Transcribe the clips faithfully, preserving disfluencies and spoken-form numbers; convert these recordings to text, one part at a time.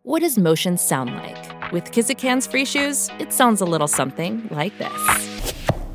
What does motion sound like? With Kizik hands-free shoes, it sounds a little something like this.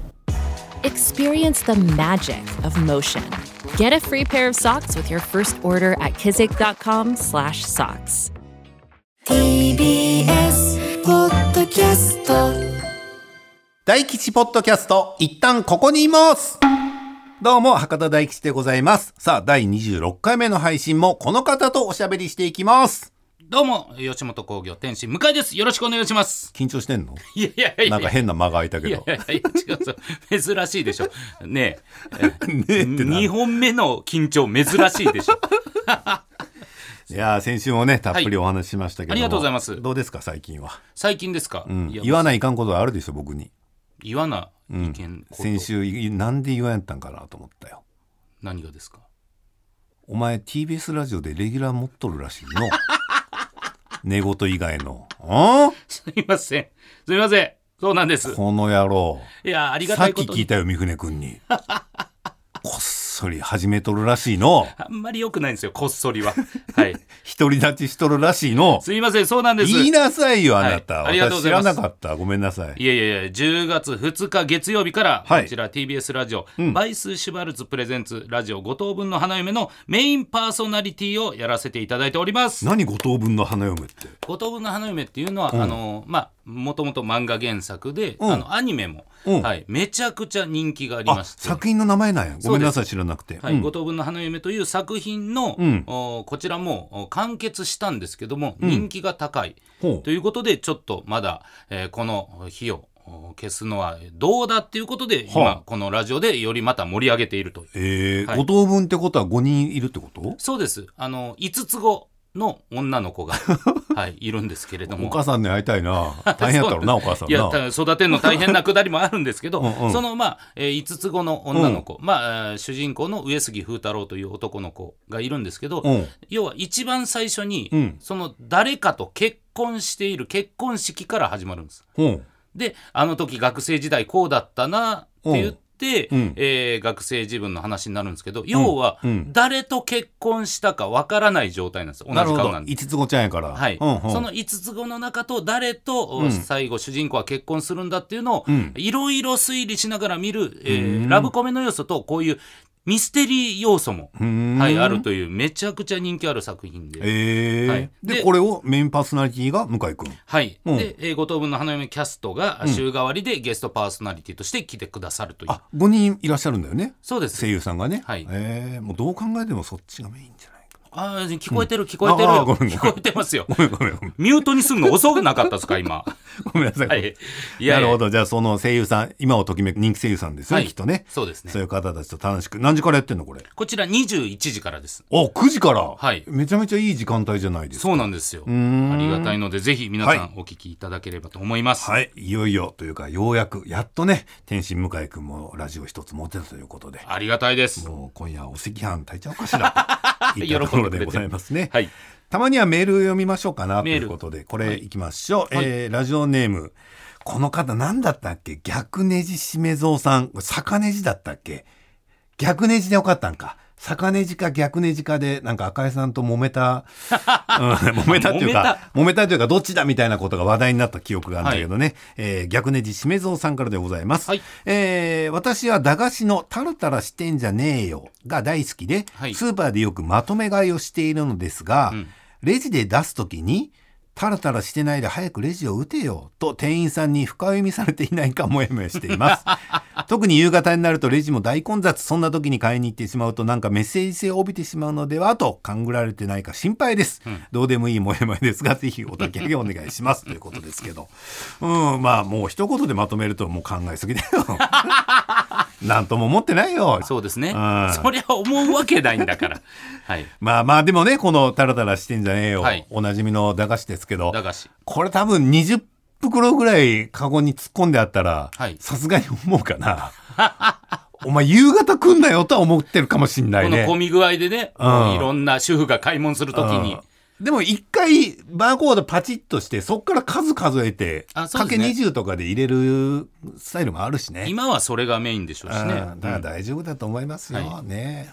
Experience the magic of motion. Get a free pair of socks with your first order at kizik.com slash socks. ティービーエス ポッドキャスト大吉ポッドキャスト、一旦ここにいます。どうも博多大吉でございます。さあだいにじゅうろっかいめの配信もこの方とおしゃべりしていきます。 どうも吉本興業天心向井です。よろしくお願いします。 緊張してんの？ いやいやいやいや、 なんか変な間が空いたけど。 いやいやいや違う、珍しいでしょねえねえってなにほんめの緊張珍しいでしょいや先週もねたっぷりお話ししましたけども、 はい、ありがとうございます。 どうですか最近は？ 最近ですか、 うん、 い言わないかんことはあるでしょ僕に。 言わない意見、うん、 先週なんで言わんやったんかなと思ったよ。 何がですか？ お前 ティービーエス ラジオでレギュラー持っとるらしいの寝言以外の。あすいませんすいません、そうなんです。 この野郎。 いやありがたいことにさっき聞いたよ三船君にこっそり始めとるらしいの。 あんまり良くないんですよこっそりははい独り立ちしとるらしいの。 すいません、そうなんです。 言いなさいよあなた、 はい、ありがとうございます。 私知らなかった、ごめんなさい。 いやいやいやじゅうがつふつか月曜日から、はい、こちら ティービーエス ラジオ、うん、バイス・シュバルツプレゼンツラジオご等分の花嫁のメインパーソナリティをやらせていただいております。 何ご等分の花嫁って？ ご等分の花嫁っていうのは、うん、あのまあもともと漫画原作で、うん、あのアニメも、うんはい、めちゃくちゃ人気がありまして。 作品の名前なんや。ごめんなさい知らなくて、 はい、 うん、 ご等分の花嫁という作品の、うん、こちらも完結したんですけども、うん、人気が高いということでちょっとまだ、えー、この日を消すのはどうだっていうことで、はあ、今このラジオでよりまた盛り上げているという、 えーはい、ご等分ってことはごにんいるってこと？ そうです。あのいつつ子の女の子が、はい、いるんですけれどもお母さんに会いたいな。大変やったろうなお母さんな。 いや育てるの大変なくだりもあるんですけどうん、うん、その、まあえー、いつつ子の女の子、うんまあ、主人公の上杉風太郎という男の子がいるんですけど、うん、要は一番最初に、うん、その誰かと結婚している結婚式から始まるんです、うん、であの時学生時代こうだったなって言ってでうんえー、学生自分の話になるんですけど、要は、うん、誰と結婚したかわからない状態なんです。同じ顔なんで。 いつつ子ちゃんやから、 はいうんうん、そのいつつ子の中と誰と、うん、最後主人公は結婚するんだっていうのをいろいろ推理しながら見る、えー、ラブコメの要素とこういうミステリー要素も、はい、あるというめちゃくちゃ人気ある作品で、 えーはい、で, でこれをメインパーソナリティが向井くん、 はい、うん、で、えー、ご等分の花嫁キャストが週替わりでゲストパーソナリティとして来てくださるという、 あごにんいらっしゃるんだよね。 そうです、 声優さんがね、 はいえー、もうどう考えてもそっちがメインじゃない。 あ聞こえてる聞こえてる、うん、聞こえてますよ。 ごめんごめんごめん。 ミュートにするの遅くなかったですか今ごめんなさい、はい、いやいやなるほど。じゃあその声優さん今をときめく人気声優さんですよ、はい、きっとね。 そうですね。 そういう方たちと楽しく。何時からやってんのこれ？ こちらにじゅういちじからです。 おくじから、 はい、 めちゃめちゃいい時間帯じゃないですか。 そうなんですよ。ありがたいのでぜひ皆さんお聞きいただければと思います。 はい、はい、いよいよというかようやくやっとね天心向井くんもラジオ一つ持てたということでありがたいです。 もう今夜お赤飯炊いちゃおうかしらいったところでございますね。 はい、 たまにはメールを読みましょうかなということでこれいきましょう、はいえー、ラジオネームこの方何だったっけ？逆ネジしめぞうさん。逆ネジだったっけ？逆ネジでよかったんか。逆ネジか逆ネジかでなんか赤井さんと揉めた、うん、揉めたっていうか揉めたというかどっちだみたいなことが話題になった記憶があるんだけどね、はいえー、逆ネジしめぞうさんからでございます、はいえー、私は駄菓子のタルタラしてんじゃねえよが大好きで、はい、スーパーでよくまとめ買いをしているのですが、うん、レジで出すときにタラタラしてないで早くレジを打てよと店員さんに深読みされていないかもやもやしています特に夕方になるとレジも大混雑。そんな時に買いに行ってしまうとなんかメッセージ性を帯びてしまうのではと勘ぐられてないか心配です、うん、どうでもいいもやもやですがぜひお焚き上げお願いしますということですけどうんまあもう一言でまとめるともう考えすぎだよなんとも思ってないよ。 そうですね、うん、そりゃ思うわけないんだから、はい、 まあまあでもねこのタラタラしてんじゃねえよ、はい、おなじみの駄菓子ですけど駄菓子これ多分にじゅっぷくろぐらいカゴに突っ込んであったらさすがに思うかなお前夕方来んなよとは思ってるかもしんないね。 この混み具合でね、うん、いろんな主婦が買い物するときに、うんでも一回バーコードパチッとしてそっから数数えてかけにじゅうとかで入れるスタイルもあるしね。 今はそれがメインでしょうしね。 だから大丈夫だと思いますよ、うん、ね。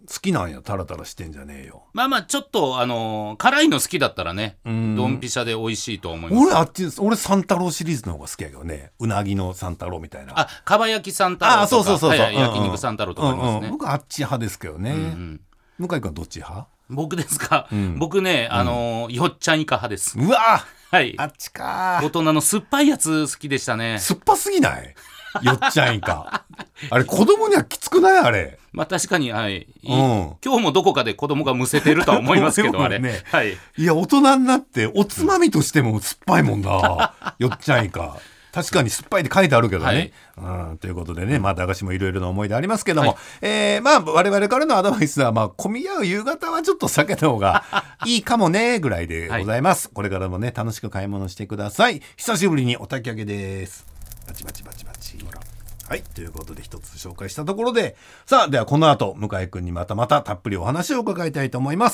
好きなんや。タラタラしてんじゃねえよ。 まあまあちょっとあのー、辛いの好きだったらね、ドンピシャで美味しいと思います。 俺あっち俺三太郎シリーズの方が好きやけどね。うなぎの三太郎みたいな。 あ、かば焼き三太郎とか。 あ、そうそうそうそう、 はいはい、焼肉三太郎とかありますね、うんうん、 僕あっち派ですけどね、うんうん、向井君はどっち派？ 僕ですか、うん、僕ね、あのー、よっちゃんイカ派です。 うわ、 はい、 あっちか。 大人の酸っぱいやつ好きでしたね。 酸っぱすぎない？よっちゃんイカあれ子供にはきつくない？あれ。 まあ確かに、はい、うん、今日もどこかで子供がむせてるとは思いますけどあれ、ね、はい、 いや大人になっておつまみとしても酸っぱいもんなよっちゃんイカ。確かに酸っぱいって書いてあるけどね、はい、うん、ということでね、まあ駄菓子もいろいろな思い出ありますけども、はい、えー、まあ我々からのアドバイスは、まあ混み合う夕方はちょっと避けた方がいいかもねぐらいでございます、はい、これからもね楽しく買い物してください。久しぶりにお焚き上げです。バチバチバチバチ。はい、ということで一つ紹介したところで、さあではこの後向井くんにまたまたたっぷりお話を伺いたいと思います。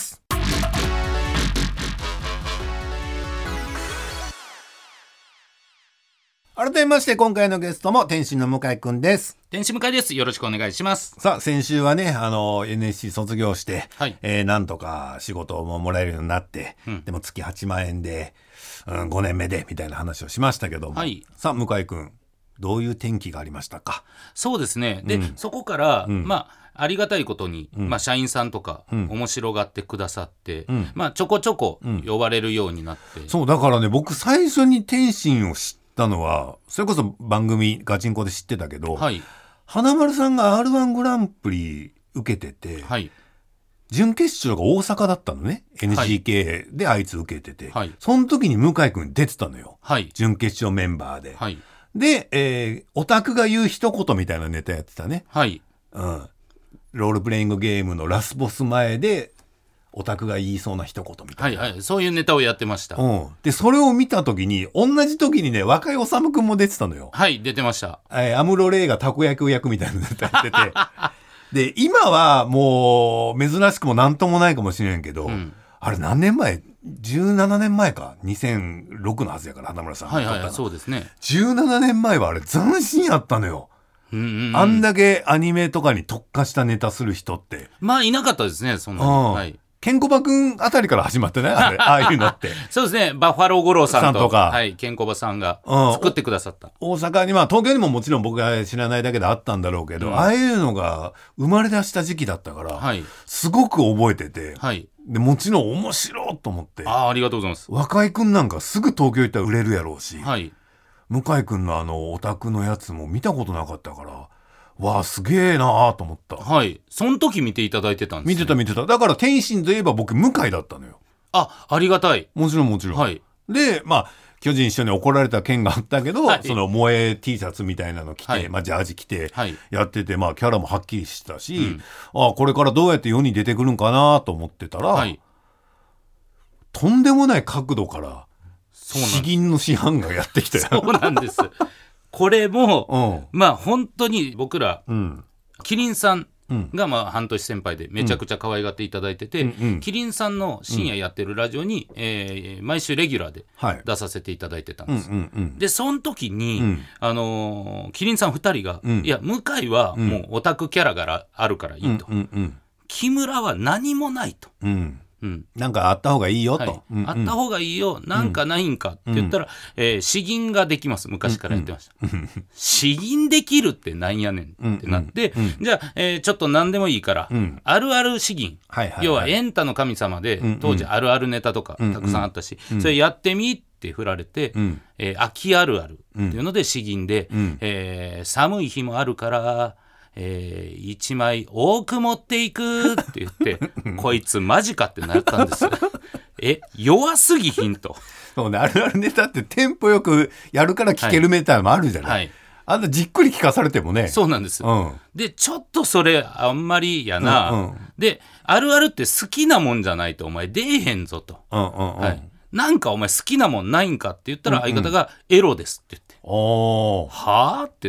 改めまして今回のゲストも天心の向井くんです。 天使向井です。よろしくお願いします。 さあ先週はねあの エヌエスシー 卒業して、 はい、 えー、なんとか仕事ももらえるようになって、うん、でも月はちまんえんで、うん、ごねんめでみたいな話をしましたけども、はい、さあ向井くんどういう転機がありましたか？ そうですね。で、うん、そこから、うん、まあありがたいことに、うん、まあ、社員さんとか、うん、面白がってくださって、うん、まあ、ちょこちょこ呼ばれるようになって、 うん、そうだからね僕最初に天心を知ったのはそれこそ番組ガチンコで知ってたけど、はい、花丸さんが アールワン グランプリ受けてて、はい、準決勝が大阪だったのね エヌジーケー であいつ受けてて、はい、その時に向井くん出てたのよ、はい、準決勝メンバーで、はい、で、えー、オタクが言う一言みたいなネタやってたね、はい、うん、ロールプレイングゲームのラスボス前でオタクが言いそうな一言みたいな、 はいはい、そういうネタをやってました、 うん、でそれを見た時に同じ時にね若井おさむくんも出てたのよ。 はい、出てました、 えー、アムロレイがたこ焼きを焼くみたいなネタやっててで今はもう珍しくもなんともないかもしれんけど、うん、あれ何年前じゅうななねんまえかにせんろくのはずやから花村さん、 はいはいはい、そうですね。 じゅうななねんまえはあれ斬新やったのよ、うんうんうん、あんだけアニメとかに特化したネタする人ってまあいなかったですねそんなに、うん、はい、 ケンコバくんあたりから始まってねあれああいうのってそうですね。バッファロー五郎さんとか、はい、ケンコバさんが作ってくださった、 うん、大阪にまあ東京にももちろん僕が知らないだけであったんだろうけど、うん、ああいうのが生まれ出した時期だったから、はい、すごく覚えてて、はい、でもちろん面白いと思って、 あ, ありがとうございます。 若井くんなんかすぐ東京行ったら売れるやろうし、はい、向井くんのあのオタクのやつも見たことなかったからわあすげえなーと思った。 はい、その時見ていただいてたんです、ね、 見てた見てた。だから天心といえば僕向井だったのよ。 あ、ありがたい。 もちろんもちろん、はい、でまあ巨人一緒に怒られた件があったけど、はい、その萌え T シャツみたいなの着て、はい、まあ、ジャージ着てやってて、まあ、キャラもはっきりしたし、うん、あこれからどうやって世に出てくるんかなと思ってたら、はい、とんでもない角度から詩吟の師範がやってきたよ。 そうなんですこれも、うん、まあ本当に僕ら、うん、キリンさんがまあ半年先輩でめちゃくちゃ可愛がっていただいてて、うんうん、キリンさんの深夜やってるラジオに、うんえー、毎週レギュラーで出させていただいてたんです、はいうんうんうん、でその時に、うんあのー、キリンさんふたりが、うん、いや向井はもうオタクキャラがあるからいいと、うんうんうん、木村は何もないと、 うんうん、なんかあった方がいいよと、はいうんうん、あった方がいいよなんかないんかって言ったら、うんえー、詩吟ができます。昔からやってました、うんうん、詩吟できるってなんやねんってなって、うんうん、じゃあ、えー、ちょっと何でもいいから、うん、あるある詩吟、はいはいはい、要はエンタの神様で、うんうん、当時あるあるネタとかたくさんあったし、うんうん、それやってみって振られて、うんえー、秋あるあるっていうので詩吟で、うんえー、寒い日もあるからえー、いちまい多く持っていくって言ってこいつマジかってなったんですえ弱すぎひんと。 そうね、あるあるネタってテンポよくやるから聞けるネタもあるじゃない、はいはい、あんなじっくり聞かされてもね。 そうなんです、うん、でちょっとそれあんまりやな、うんうん、であるあるって好きなもんじゃないとお前出えへんぞと、うんうんうんはい、なんかお前好きなもんないんかって言ったら相方がエロですって言って、うんうん、はぁってなって 、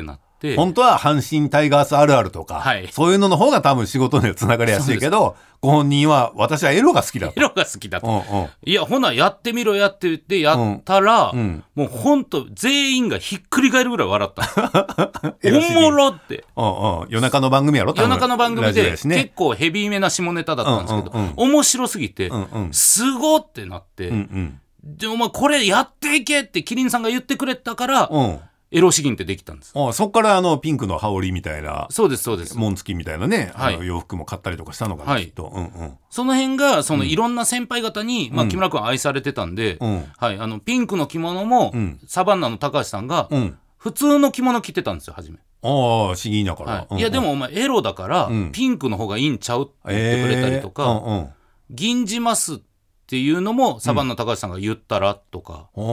本当は阪神タイガースあるあるとか、はい、そういうのの方が多分仕事にはつながりやすいけど、ご本人は私はエロが好きだと。 エロが好きだと、 うんうん、 いやほなやってみろやって言ってやったら、うんうん、もう本当全員がひっくり返るぐらい笑ったおもろって、 うんうん、夜中の番組やろ。 夜中の番組で、ね、結構ヘビーめな下ネタだったんですけど、うんうんうん、面白すぎて、うんうん、すごってなって、うんうん、でお前これやっていけってキリンさんが言ってくれたから、うん、エロ詩吟ってできたんです。 ああ、そっからあのピンクの羽織みたいな、 そうですそうです、 紋付きみたいなね、はい、あの洋服も買ったりとかしたのかな、はい、きっと、うんうん、 その辺がそのいろんな先輩方に、うん、まあ、木村君愛されてたんで、うんはい、あのピンクの着物も、うん、サバンナの高橋さんが、うん、普通の着物着てたんですよ初め。 ああ、詩吟だから、 はいうんうん、いやでもお前エロだから、うん、ピンクの方がいいんちゃうって言ってくれたりとか、えーうんうん、銀じますっていうのもサバンナ高橋さんが言ったらとか、うん、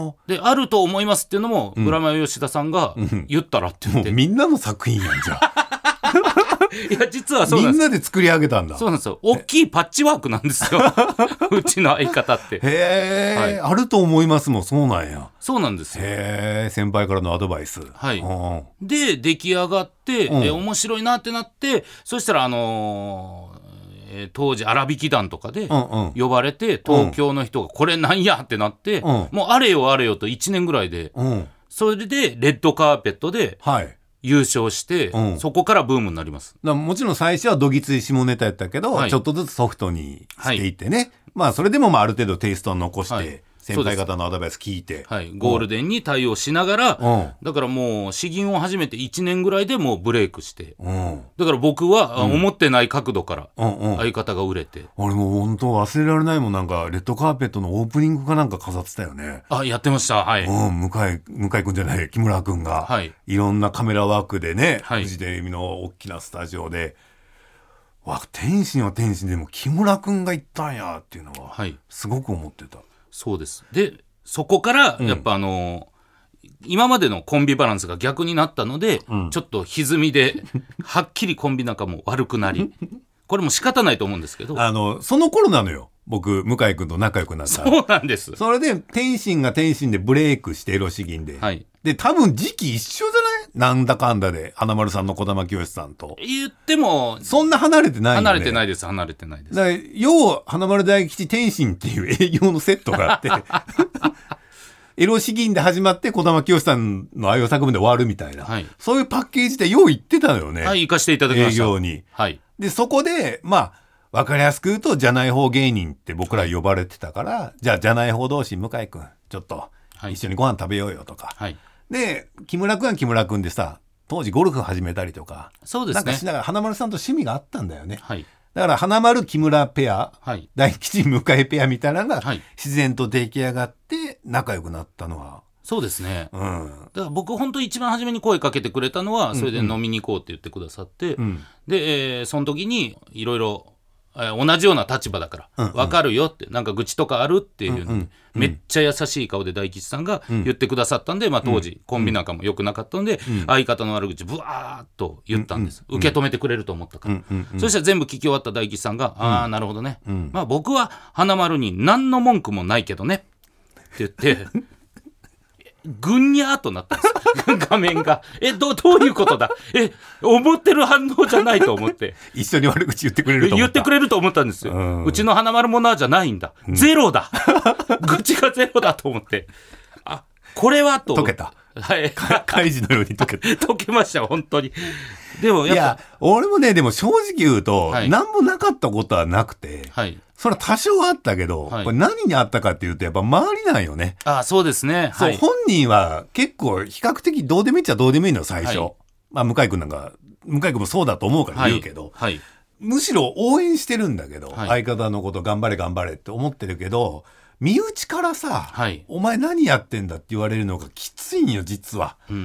であると思いますっていうのもブラマヨ吉田さんが言ったらって言って、 うん、みんなの作品やんじゃいや実はそうなんです。 みんなで作り上げたんだ。 そうなんですよ。大きいパッチワークなんですようちの相方って。 へえ、はい、あると思いますもん。そうなんや。 そうなんですよ。 へえ、先輩からのアドバイス。 はい、うん、で出来上がって、うん、え面白いなってなって、そしたらあのーえー、当時荒引き団とかで呼ばれて、うんうん、東京の人がこれなんやってなって、うん、もうあれよあれよといちねんぐらいで、うん、それでレッドカーペットで優勝して、はい、そこからブームになります。 だもちろん最初はどぎつい下ネタやったけど、はい、ちょっとずつソフトにしていってね、はい、まあそれでもまあある程度テイストを残して、はい、先輩方のアドバイス聞いて、 はい、ゴールデンに対応しながら、うん、だからもう詩吟を始めていちねんぐらいでもうブレイクして、うん、だから僕は、うん、思ってない角度から相方が売れて、 うんうん、俺もう本当忘れられないもん。なんかレッドカーペットのオープニングかなんか飾ってたよね。 あ、やってました。はい、 うん、向井向井くんじゃない木村くんが、はい、いろんなカメラワークでね、はい、フジテレビの大きなスタジオで、わ天心は天心でも木村くんが行ったんやっていうのはすごく思ってた。はい、 そうです。でそこからやっぱあのーうん、今までのコンビバランスが逆になったので、うん、ちょっと歪みではっきりコンビ仲も悪くなりこれも仕方ないと思うんですけど、 あのその頃なのよ僕向井君と仲良くなった。 そうなんです。 それで天心が天心でブレイクしてエロ詩吟で、はい、で多分時期一緒じゃないなんだかんだで花丸さんの児玉清さんと言ってもそんな離れてないよね。 離れてないです離れてないです。 だから要は花丸大吉天心っていう営業のセットがあってエロ詩吟で始まって児玉清さんのあいう作文で終わるみたいな、はい、そういうパッケージでよう言ってたのよね。 はい、行かせていただきました。 営業に、 はい、 でそこでまあ分かりやすく言うとじゃない方芸人って僕ら呼ばれてたから、はい、じゃあじゃない方同士向井くんちょっと一緒にご飯食べようよとか、はい、で木村くんは木村くんでさ当時ゴルフ始めたりとか、 そうですね、 なんかしながら花丸さんと趣味があったんだよね。はい、だから花丸木村ペア、はい、大吉向井ペアみたいなのが自然と出来上がって仲良くなったのは。 そうですね、うん、だから僕本当一番初めに声かけてくれたのはそれで飲みに行こうって言ってくださって、うんうん、で、えー、その時にいろいろ同じような立場だから、うんうん、分かるよってなんか愚痴とかあるっていうのに、うんうん、めっちゃ優しい顔で大吉さんが言ってくださったんで、うんまあ、当時コンビ仲も良くなかったので、うん、相方の悪口ブワーっと言ったんです、うんうん、受け止めてくれると思ったから、うんうんうん、そしたら全部聞き終わった大吉さんが、うん、ああなるほどね、うん、まあ僕は花丸に何の文句もないけどねって言ってぐんにゃーとなったんです画面がえ ど, どういうことだえ思ってる反応じゃないと思って一緒に悪口言ってくれると思った言ってくれると思ったんですよ、うん、うちの花丸モナーじゃないんだ、うん、ゼロだ愚痴がゼロだと思ってあこれはと解けた、 はい、 開示のように解けた解けました本当に。でもやっぱいや俺もねでも正直言うと、はい、何もなかったことはなくて、はい、それは多少あったけど、はい、これ何にあったかっていうとやっぱ周りなんよね。 あそうですね、 そう、はい、本人は結構比較的どうでもいいっちゃどうでもいいのよ最初、はい、まあ、向井君なんか向井君もそうだと思うから言うけど、はいはい、むしろ応援してるんだけど、はい、相方のこと頑張れ頑張れって思ってるけど身内からさ、はい、お前何やってんだって言われるのがきついんよ実は、うんうんうん、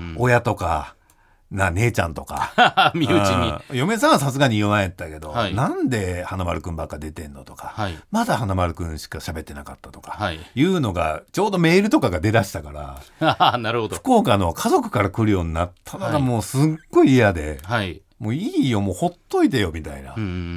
親とかな姉ちゃんとか身内に、 うん、嫁さんはさすがに言わんやったけど、はい、なんで花丸くんばっか出てんのとか、はい、まだ花丸くんしか喋ってなかったとか、はい、いうのがちょうどメールとかが出だしたからなるほど福岡の家族から来るようになったのがもうすっごい嫌で、はい、もういいよもうほっといてよみたいな、うんうん、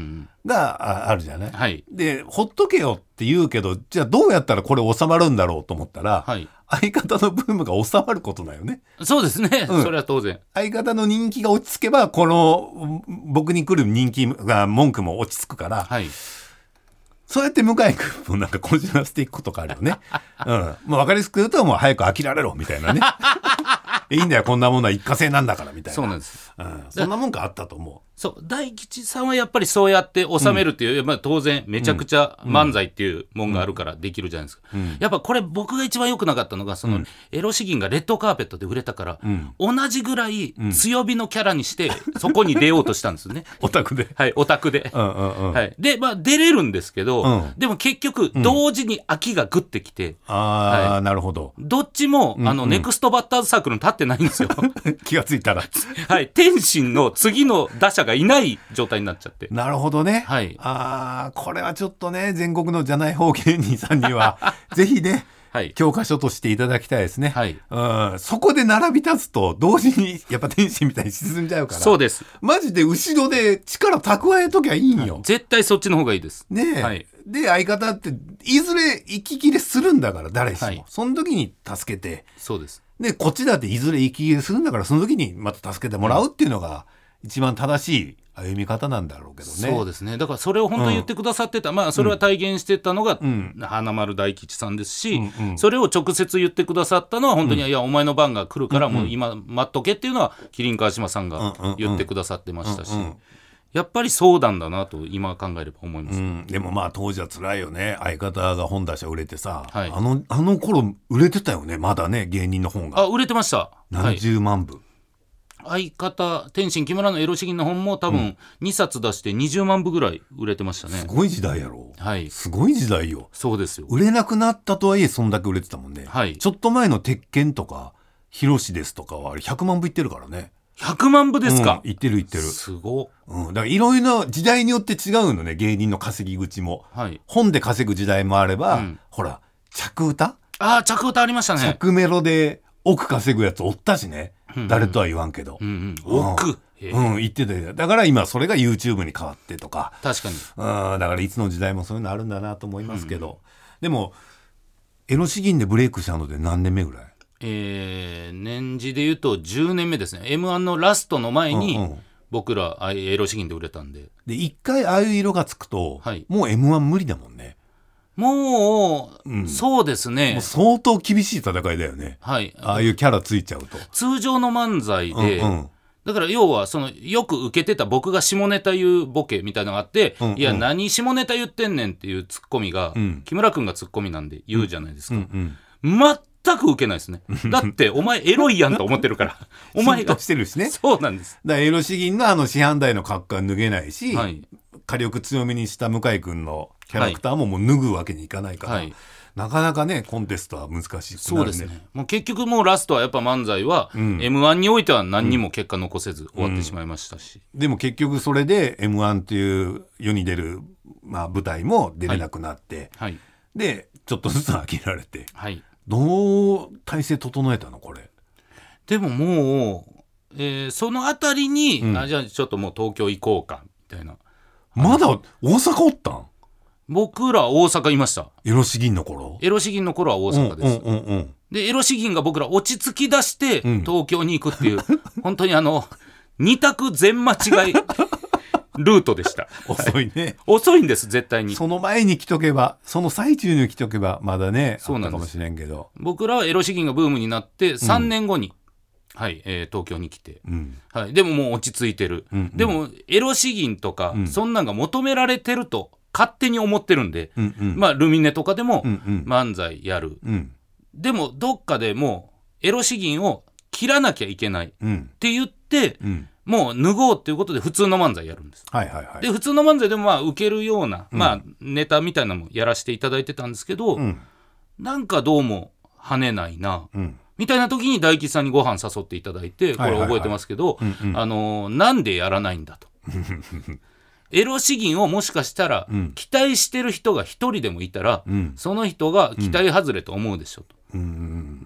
があるじゃない、 はい、 でほっとけよって言うけど、じゃあどうやったらこれ収まるんだろうと思ったら、はい、相方のブームが収まることだよね。 そうですね、うん、それは当然相方の人気が落ち着けばこの僕に来る人気が文句も落ち着くから、はい、そうやって向井君もなんかこじらせていくことがあるよね、うん、もう分かりやすく言うともう早く飽きられろみたいなねいいんだよこんなものは一過性なんだからみたいな。 そうなんです、 うん、そんなもんかあったと思う。 そう大吉さんはやっぱりそうやって収めるっていう、うんまあ、当然めちゃくちゃ漫才っていうもんがあるからできるじゃないですか、うん、やっぱこれ僕が一番良くなかったのがその、うん、エロ詩吟がレッドカーペットで売れたから、うん、同じぐらい強火のキャラにしてそこに出ようとしたんですねオタクではいオタクで、 うんうんうんはい、で、まあ、出れるんですけど、うん、でも結局同時に秋がグッてきて、うん、 あ、はい、なるほど。 どっちも、うんうん、あのネクストバッターズサークルに立ってないんですよ気がついたらはい天心の次の打者がいない状態になっちゃって。 なるほどね、 はい、 あこれはちょっとね全国のじゃない方芸人さんにはぜひね、はい、教科書としていただきたいですね、はい、うん、そこで並び立つと同時にやっぱ天心みたいに沈んじゃうから。 そうです、 マジで後ろで力蓄えときゃいいんよ、はい、 絶対そっちの方がいいですねえ、はい、で相方っていずれ息切れするんだから誰しも、はい、その時に助けて、 そうです、 でこっちだっていずれ息切れするんだからその時にまた助けてもらうっていうのが一番正しい歩み方なんだろうけどね。 そうですね、だからそれを本当に言ってくださってた、うん、まあそれは体現してたのが、うん、花丸大吉さんですし、うんうん、それを直接言ってくださったのは本当に、うん、いやお前の番が来るからもう今待っとけっていうのは麒麟川島さんが言ってくださってましたし、うんうんうん、やっぱりそうなんだなと今考えれば思います、うん、 でもまあ当時は辛いよね。相方が本出し売れてさ、はい、あのあの頃売れてたよね。まだね芸人の本があ売れてました。 何十万部、 はい、相方天心木村のエロ詩吟の本も多分にさつ出してにじゅうまんぶぐらい売れてましたね。 すごい時代やろ、 はい、 すごい時代よ。 そうですよ。 売れなくなったとはいえそんだけ売れてたもんね、はい、ちょっと前の鉄拳とかヒロシですとかはあれひゃくまんぶいってるからね。 ひゃくまんぶですか、 うん、いってるいってる。 すご、 うん、だからいろいろ時代によって違うのね芸人の稼ぎ口も、はい、本で稼ぐ時代もあれば、うん、ほら着歌あ着歌ありましたね。 着メロで億稼ぐやつおったしね、うんうん、誰とは言わんけど、うんうん、 億、 うん、言ってたよ。だから今それが YouTube に変わってとか。 確かに、 うん、だからいつの時代もそういうのあるんだなと思いますけど、うん、でもエロ詩吟でブレイクしたので何年目ぐらい？ えー、年次で言うとじゅうねんめですね。 エムワン のラストの前に、うんうん、僕らエロ詩吟で売れたんで。 で一回ああいう色がつくと、はい、もう エムワン 無理だもんね。 もう、うん、そうですね。 もう相当厳しい戦いだよね、はい、ああいうキャラついちゃうと。 通常の漫才で、うんうん、だから要はそのよく受けてた僕が下ネタ言うボケみたいなのがあって、うんうん、いや何下ネタ言ってんねんっていうツッコミが、うん、木村君がツッコミなんで言うじゃないですか、うんうんうん、全く受けないですね。だってお前エロいやんと思ってるからお前がしてるしね。 そうなんです。 だからエロ詩吟のあの師範代の格好は脱げないし、はい、火力強めにした向井君のキャラクターももう脱ぐわけにいかないから、はい、なかなかねコンテストは難しくなるね。 そうですね。もう結局もうラストはやっぱ漫才は、うん、エムワン においては何にも結果残せず終わってしまいましたし、 うんうん、でも結局それで エムワン っていう世に出る、まあ、舞台も出れなくなって、はいはい、でちょっとずつ飽きられて、はい、どう体制整えたのこれ？ でももう、えー、そのあたりに、うん、あじゃあちょっともう東京行こうかみたいな。 まだ大阪おったん？ 僕ら大阪いました。 エロ詩吟の頃？ エロ詩吟の頃は大阪です、うんうんうんうん、でエロ詩吟が僕ら落ち着き出して東京に行くっていう、うん、本当にあの二択全間違いルートでした。 遅いね、はい、 遅いんです絶対に。 その前に来とけばその最中に来とけばまだねそうなんです。あったかもしれんけど僕らはエロ詩吟がブームになってさんねんごに、うんはいえー、東京に来て、うんはい、でももう落ち着いてる、うんうん、でもエロ詩吟とか、うん、そんなんが求められてると勝手に思ってるんで、うんうんまあ、ルミネとかでも漫才やる、うんうん、でもどっかでもうエロ詩吟を切らなきゃいけないって言って、うん、もう脱ごうっていうことで普通の漫才やるんです、はいはいはい、で普通の漫才でもまあ受けるような、うんまあ、ネタみたいなのもやらせていただいてたんですけど、うん、なんかどうも跳ねないな、うんみたいな時に大吉さんにご飯誘っていただいてこれ覚えてますけど、あのなんでやらないんだとエロ詩吟をもしかしたら期待してる人が一人でもいたら、うん、その人が期待外れと思うでしょと、うん、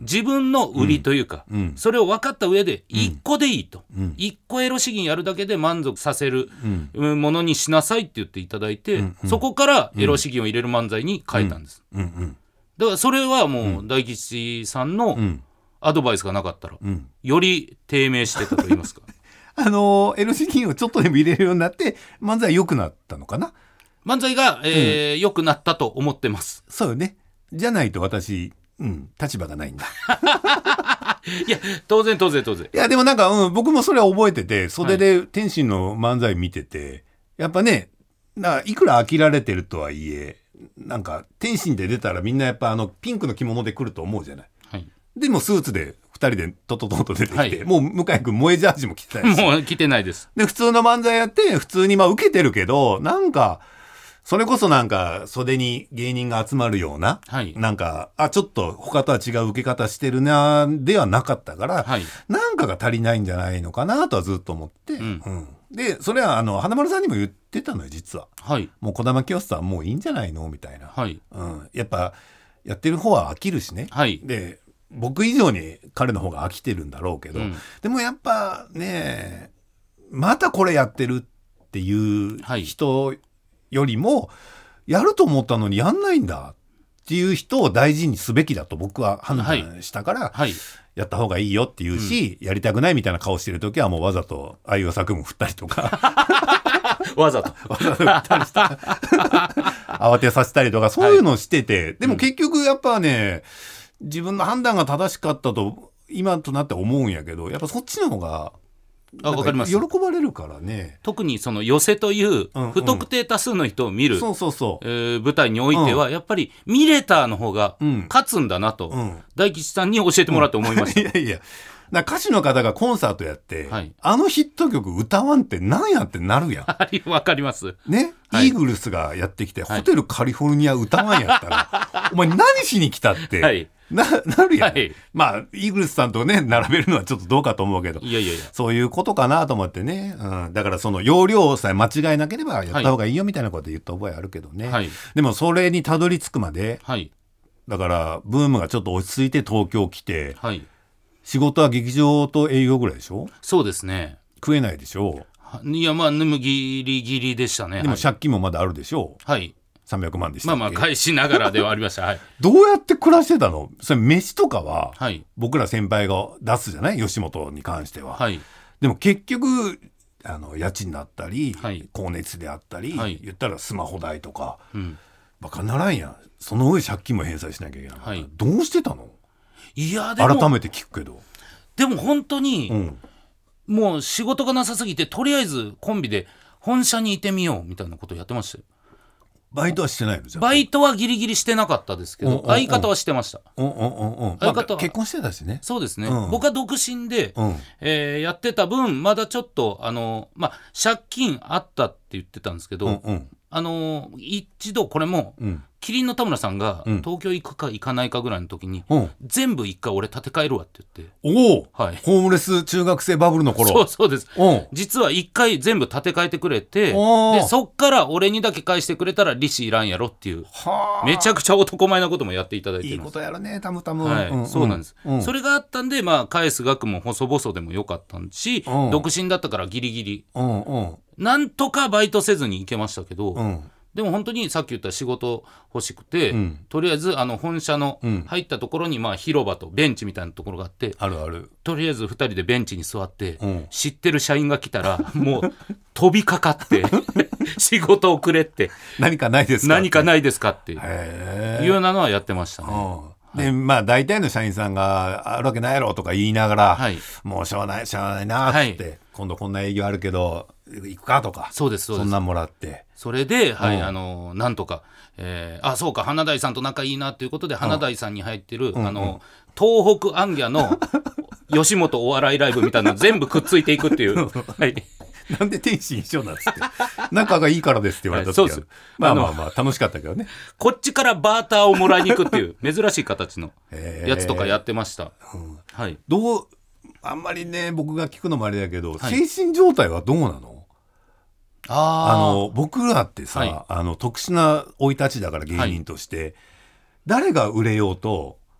自分の売りというか、 うん、 それを分かった上でいっこでいいと、 うん、 いっこエロ詩吟やるだけで満足させるものにしなさいって言っていただいて、うんうん、そこからエロ詩吟を入れる漫才に変えたんです、 うんうんうん、 だからそれはもう大吉さんのアドバイスがなかったら、うん、より低迷してたと言いますかあのエロ詩吟をちょっとでも入れるようになって漫才良くなったのかな。 漫才が、えーうん、良くなったと思ってます。 そうよね。じゃないと私、うん、立場がないんだいや当然当然当然。 いやでもなんか、うん、僕もそれは覚えてて、袖で天心の漫才見てて、はい、やっぱね、いくら飽きられてるとはいえ、なんか天心で出たらみんなやっぱあのピンクの着物で来ると思うじゃない、はい、でもスーツでふたりでトトトと出てきて、はい、もう向井君萌えジャージも着てないし、 もう着てないです。 で普通の漫才やって普通にまあ受けてるけど、なんかそれこそなんか袖に芸人が集まるような、はい、なんかあちょっと他とは違う受け方してるなではなかったから、はい、なんかが足りないんじゃないのかなとはずっと思って、うんうん、でそれはあの花丸さんにも言ってたのよ実は、はい、もう児玉清さんもういいんじゃないのみたいな、はい、うん、やっぱやってる方は飽きるしね、はい、で僕以上に彼の方が飽きてるんだろうけど、うん、でもやっぱねまたこれやってるっていう人、はいよりもやると思ったのにやんないんだっていう人を大事にすべきだと僕は判断したから、はいはい、やった方がいいよって言うし、うん、やりたくないみたいな顔してる時はもうわざとあいう作文振ったりとかわざとわざと振ったりした慌てさせたりとかそういうのをしてて、はい、でも結局やっぱね、うん、自分の判断が正しかったと今となって思うんやけど、やっぱそっちの方があ分かります。 喜ばれるからね。 特にその寄せという不特定多数の人を見る、うんうん、そうそうそう、えー、舞台においてはやっぱりミレーターの方が勝つんだなと、うん、大吉さんに教えてもらって思いました、 うん、いやいやだ歌手の方がコンサートやって、はい、あのヒット曲歌わんって何やってなるやん。 わかりますね、はい、イーグルスがやってきて、はい、ホテルカリフォルニア歌わんやったら、はい、お前何しに来たって、はいな, なるやん、はい、まあイーグルスさんとね並べるのはちょっとどうかと思うけど、いやいやいやそういうことかなと思ってね、うん、だからその要領さえ間違いなければやった方がいいよみたいなこと言った覚えあるけどね、はい、でもそれにたどり着くまで、はい、だからブームがちょっと落ち着いて東京来て、はい、仕事は劇場と営業ぐらいでしょ。 そうですね。 食えないでしょ。 いやまあギリギリでしたね。 でも借金もまだあるでしょ。 はい、 さんびゃくまんでしたっけ。 まあまあ返しながらではありました、はい、 どうやって暮らしてたの。それ飯とかは、はい、僕ら先輩が出すじゃない吉本に関しては、はい、でも結局あの家賃だったり、はい、光熱であったり、はい、言ったらスマホ代とか、うん、バカならんやん。その上借金も返済しなきゃいけない、はい、どうしてたの。いやでも改めて聞くけど、 でも本当に、うん、もう仕事がなさすぎてとりあえずコンビで本社にいてみようみたいなことやってましたよ。 バイトはしてないの。じゃバイトはギリギリしてなかったですけど、うんうんうん、相方はしてました。 うんうんうんうん、相方は、まあ、結婚してたしね。 そうですね、うん、僕は独身で、うんえー、やってた分まだちょっとあの、まあ、借金あったって言ってたんですけど、うんうん、あの一度これも、うんキリンの田村さんが東京行くか行かないかぐらいの時に、うん、全部一回俺建て替えるわって言って、 おお、はい、ホームレス中学生バブルの頃。 そうそうです。実は一回全部建て替えてくれて、でそっから俺にだけ返してくれたら利子いらんやろっていう、めちゃくちゃ男前なこともやっていただいてます。 いいことやるね、たむたむ、 はいうんうん、 そうなんです、うん、それがあったんで、まあ、返す額も細々でもよかったし、うん、独身だったからギリギリ、うんうん、なんとかバイトせずに行けましたけど、うんでも本当にさっき言った仕事欲しくて、うん、とりあえずあの本社の入ったところにまあ広場とベンチみたいなところがあって、 あるある、 とりあえずふたりでベンチに座って、うん、知ってる社員が来たらもう飛びかかって仕事をくれって何かないですか何かないですかっていうようなのはやってましたね。 でまあ、大体の社員さんがあるわけないやろとか言いながら、はい、もうしょうがないしょうがないなって、はい、今度こんな営業あるけど行くかとか、 そうですそうです、 そんなんもらって、 それで、はい、あのなんとか、えー、あそうか花大さんと仲いいなということで、花大さんに入ってる、うん、あの東北アンギャの吉本お笑いライブみたいなの全部くっついていくっていう、はい、 なんで天使一緒なんですって仲がいいからですって言われた時は、はい、そうです。まあまあまあ楽しかったけどね。 こっちからバーターをもらいに行くっていう珍しい形のやつとかやってました、うんはい、どうあんまりね僕が聞くのもあれだけど、はい、精神状態はどうなの。ああの僕らってさ、はい、あの特殊な生い立ちだから芸人として、はい、誰が売れようと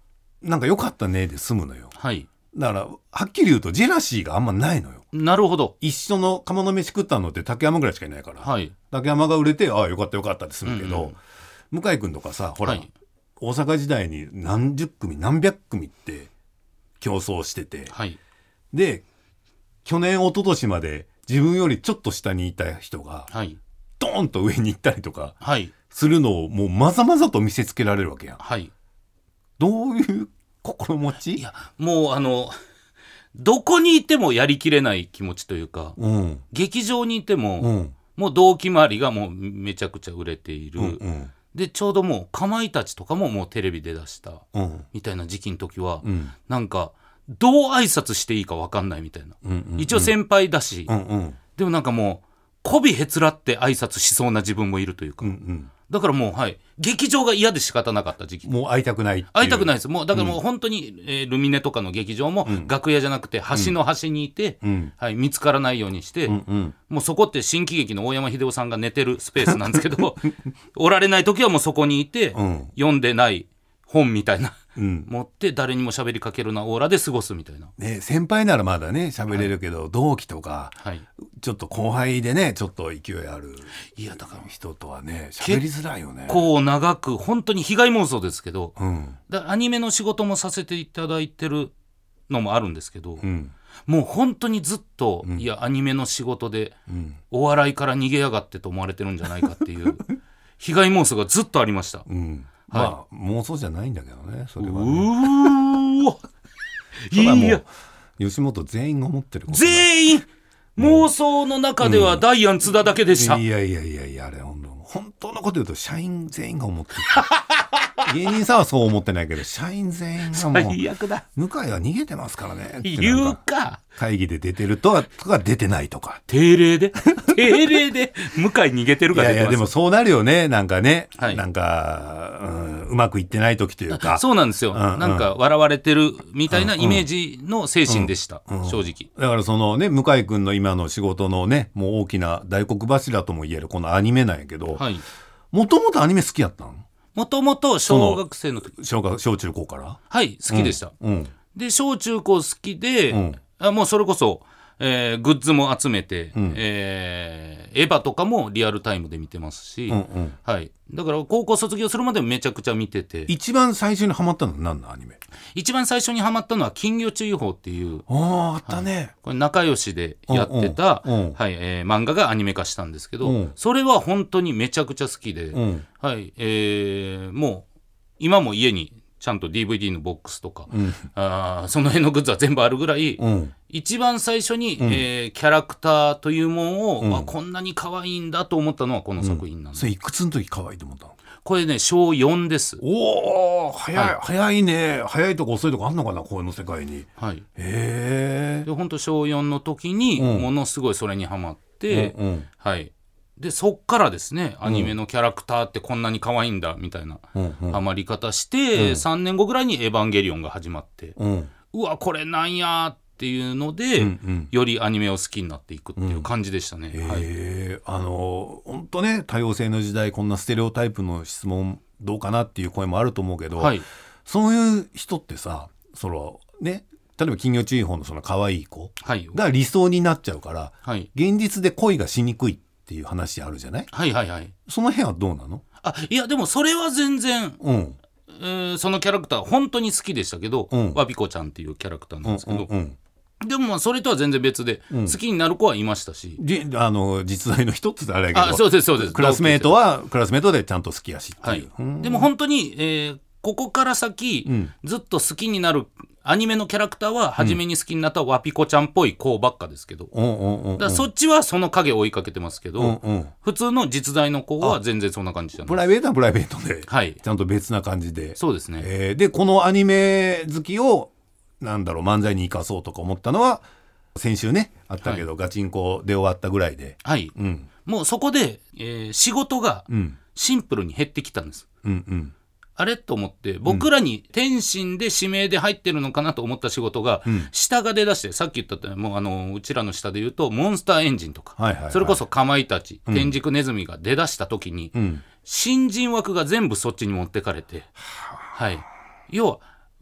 なんか良かったねで済むのよ。 はい。 だからはっきり言うとジェラシーがあんまないのよ。 なるほど。 一緒の釜の飯食ったのって竹山ぐらいしかいないから、 はい、 竹山が売れてああよかったよかったってするけど、うんうん、向井君とかさほら、はい、大阪時代に何十組何百組って競争してて、はい、で去年一昨年まで自分よりちょっと下にいた人が、はい、ドーンと上に行ったりとかするのをもうまざまざと見せつけられるわけやん、はい、どういう心持ち？ いやもうあのどこにいてもやりきれない気持ちというか、うん、劇場にいても、うん、もう同期周りがもうめちゃくちゃ売れている、うんうん、でちょうどもうかまいたちとかももうテレビで出した、うん、みたいな時期の時は、うん、なんかどう挨拶していいか分かんないみたいな、うんうんうん、一応先輩だし、うんうん、でもなんかもう媚びへつらって挨拶しそうな自分もいるというか、うんうん、だからもう、はい、劇場が嫌で仕方なかった時期。 もう会いたくないっていう。 会いたくないです。もうだからもう本当に、うんえー、ルミネとかの劇場も楽屋じゃなくて端の端にいて、うんはい、見つからないようにして、うんうん、もうそこって新喜劇の大山秀夫さんが寝てるスペースなんですけどおられない時はもうそこにいて、うん、読んでない本みたいな、うん、持って誰にも喋りかけるなオーラで過ごすみたいな、 ね、先輩ならまだね喋れるけど、はい、同期とか、はい、ちょっと後輩でねちょっと勢いあるいやだから人とはね喋りづらいよね。 結構長く本当に被害妄想ですけど、うん、だアニメの仕事もさせていただいてるのもあるんですけど、うん、もう本当にずっと、うん、いやアニメの仕事で、うん、お笑いから逃げやがってと思われてるんじゃないかっていう被害妄想がずっとありました、うんまあ、はい、妄想じゃないんだけどねそれはね。 うーそれはもう吉本全員が思ってること全員妄想の中ではダイアン津田だけでした、 うん、いやいやいやいやあれ本当、本当のこと言うと社員全員が思ってる芸人さんはそう思ってないけど社員全員がもう最悪だ向井は逃げてますからね言うか会議で出てるとかとか出てないとか定例で定例で向井逃げてるから出てます。 いやいやでもそうなるよねなんかね、はい、なんか、うん、うまくいってない時というかそうなんですよ、うんうん、なんか笑われてるみたいなイメージの精神でした、うんうん、正直だからそのね向井君の今の仕事のねもう大きな大黒柱とも言えるこのアニメなんやけどもともとアニメ好きやったの？ もともと小学生の時小学小中高からはい好きでした、うんうん、で小中高好きで、うん、あもうそれこそ、えー、グッズも集めて、うんえー、エヴァとかもリアルタイムで見てますし、うんうんはい、だから高校卒業するまでめちゃくちゃ見てて一番最初にハマったのは何のアニメ？ 一番最初にハマったのは金魚注意報っていうああったね、はい、 これ仲良しでやってた、うんうんはいえー、漫画がアニメ化したんですけど、うん、それは本当にめちゃくちゃ好きで、うんはいえー、もう今も家にちゃんと ディーブイディー のボックスとか、うん、あその辺のグッズは全部あるぐらい、うん、一番最初に、うんえー、キャラクターというものを、うん、あこんなに可愛いんだと思ったのはこの作品なんです、うん、 それいくつの時可愛いと思ったの？ これねしょうよんです。 おー早い、はい、早いね早いとこ遅いとこあんのかなこの世界に、はい、へーでほんとしょうよんの時にものすごいそれにハマって、うんうんはいでそっからですねアニメのキャラクターってこんなに可愛いんだみたいなハマり方して、うん、さんねんごぐらいにエヴァンゲリオンが始まって、うん、うわこれなんやっていうので、うんうん、よりアニメを好きになっていくっていう感じでしたね、うんはい、 へあの本当ね多様性の時代こんなステレオタイプの質問どうかなっていう声もあると思うけど、はい、そういう人ってさそのね例えば金魚注意報のその可愛い子が理想になっちゃうから、はい、現実で恋がしにくいっていう話あるじゃない？はいはいはい。その辺はどうなの？ あいやでもそれは全然、うんえー、そのキャラクター本当に好きでしたけど、うん、わびこちゃんっていうキャラクターなんですけど、うんうんうん、でもまあそれとは全然別で、うん、好きになる子はいましたし、 あの実在の人ってあれだけどあそうですそうですクラスメートはクラスメートでちゃんと好きやしっていう、 はい、でも本当に、えー、ここから先、うん、ずっと好きになるアニメのキャラクターは初めに好きになったワピコちゃんっぽい子ばっかですけど、うんうんうんうん、だからそっちはその影を追いかけてますけど、うんうん、普通の実在の子は全然そんな感じじゃない。 プライベートはプライベートで、はい、ちゃんと別な感じでそうですね、 えー、でこのアニメ好きをなんだろう漫才に生かそうとか思ったのは先週ねあったけど、はい、ガチンコで終わったぐらいで、 はいうん、もうそこで、えー、仕事がシンプルに減ってきたんです、うんうんあれと思って僕らに天津で指名で入ってるのかなと思った仕事が下が出だして、さっき言ったってもうあのうちらの下で言うとモンスターエンジンとか、はいはいはい、それこそかまいたち、うん、天竺ネズミが出だした時に、うん、新人枠が全部そっちに持ってかれて、はい、要は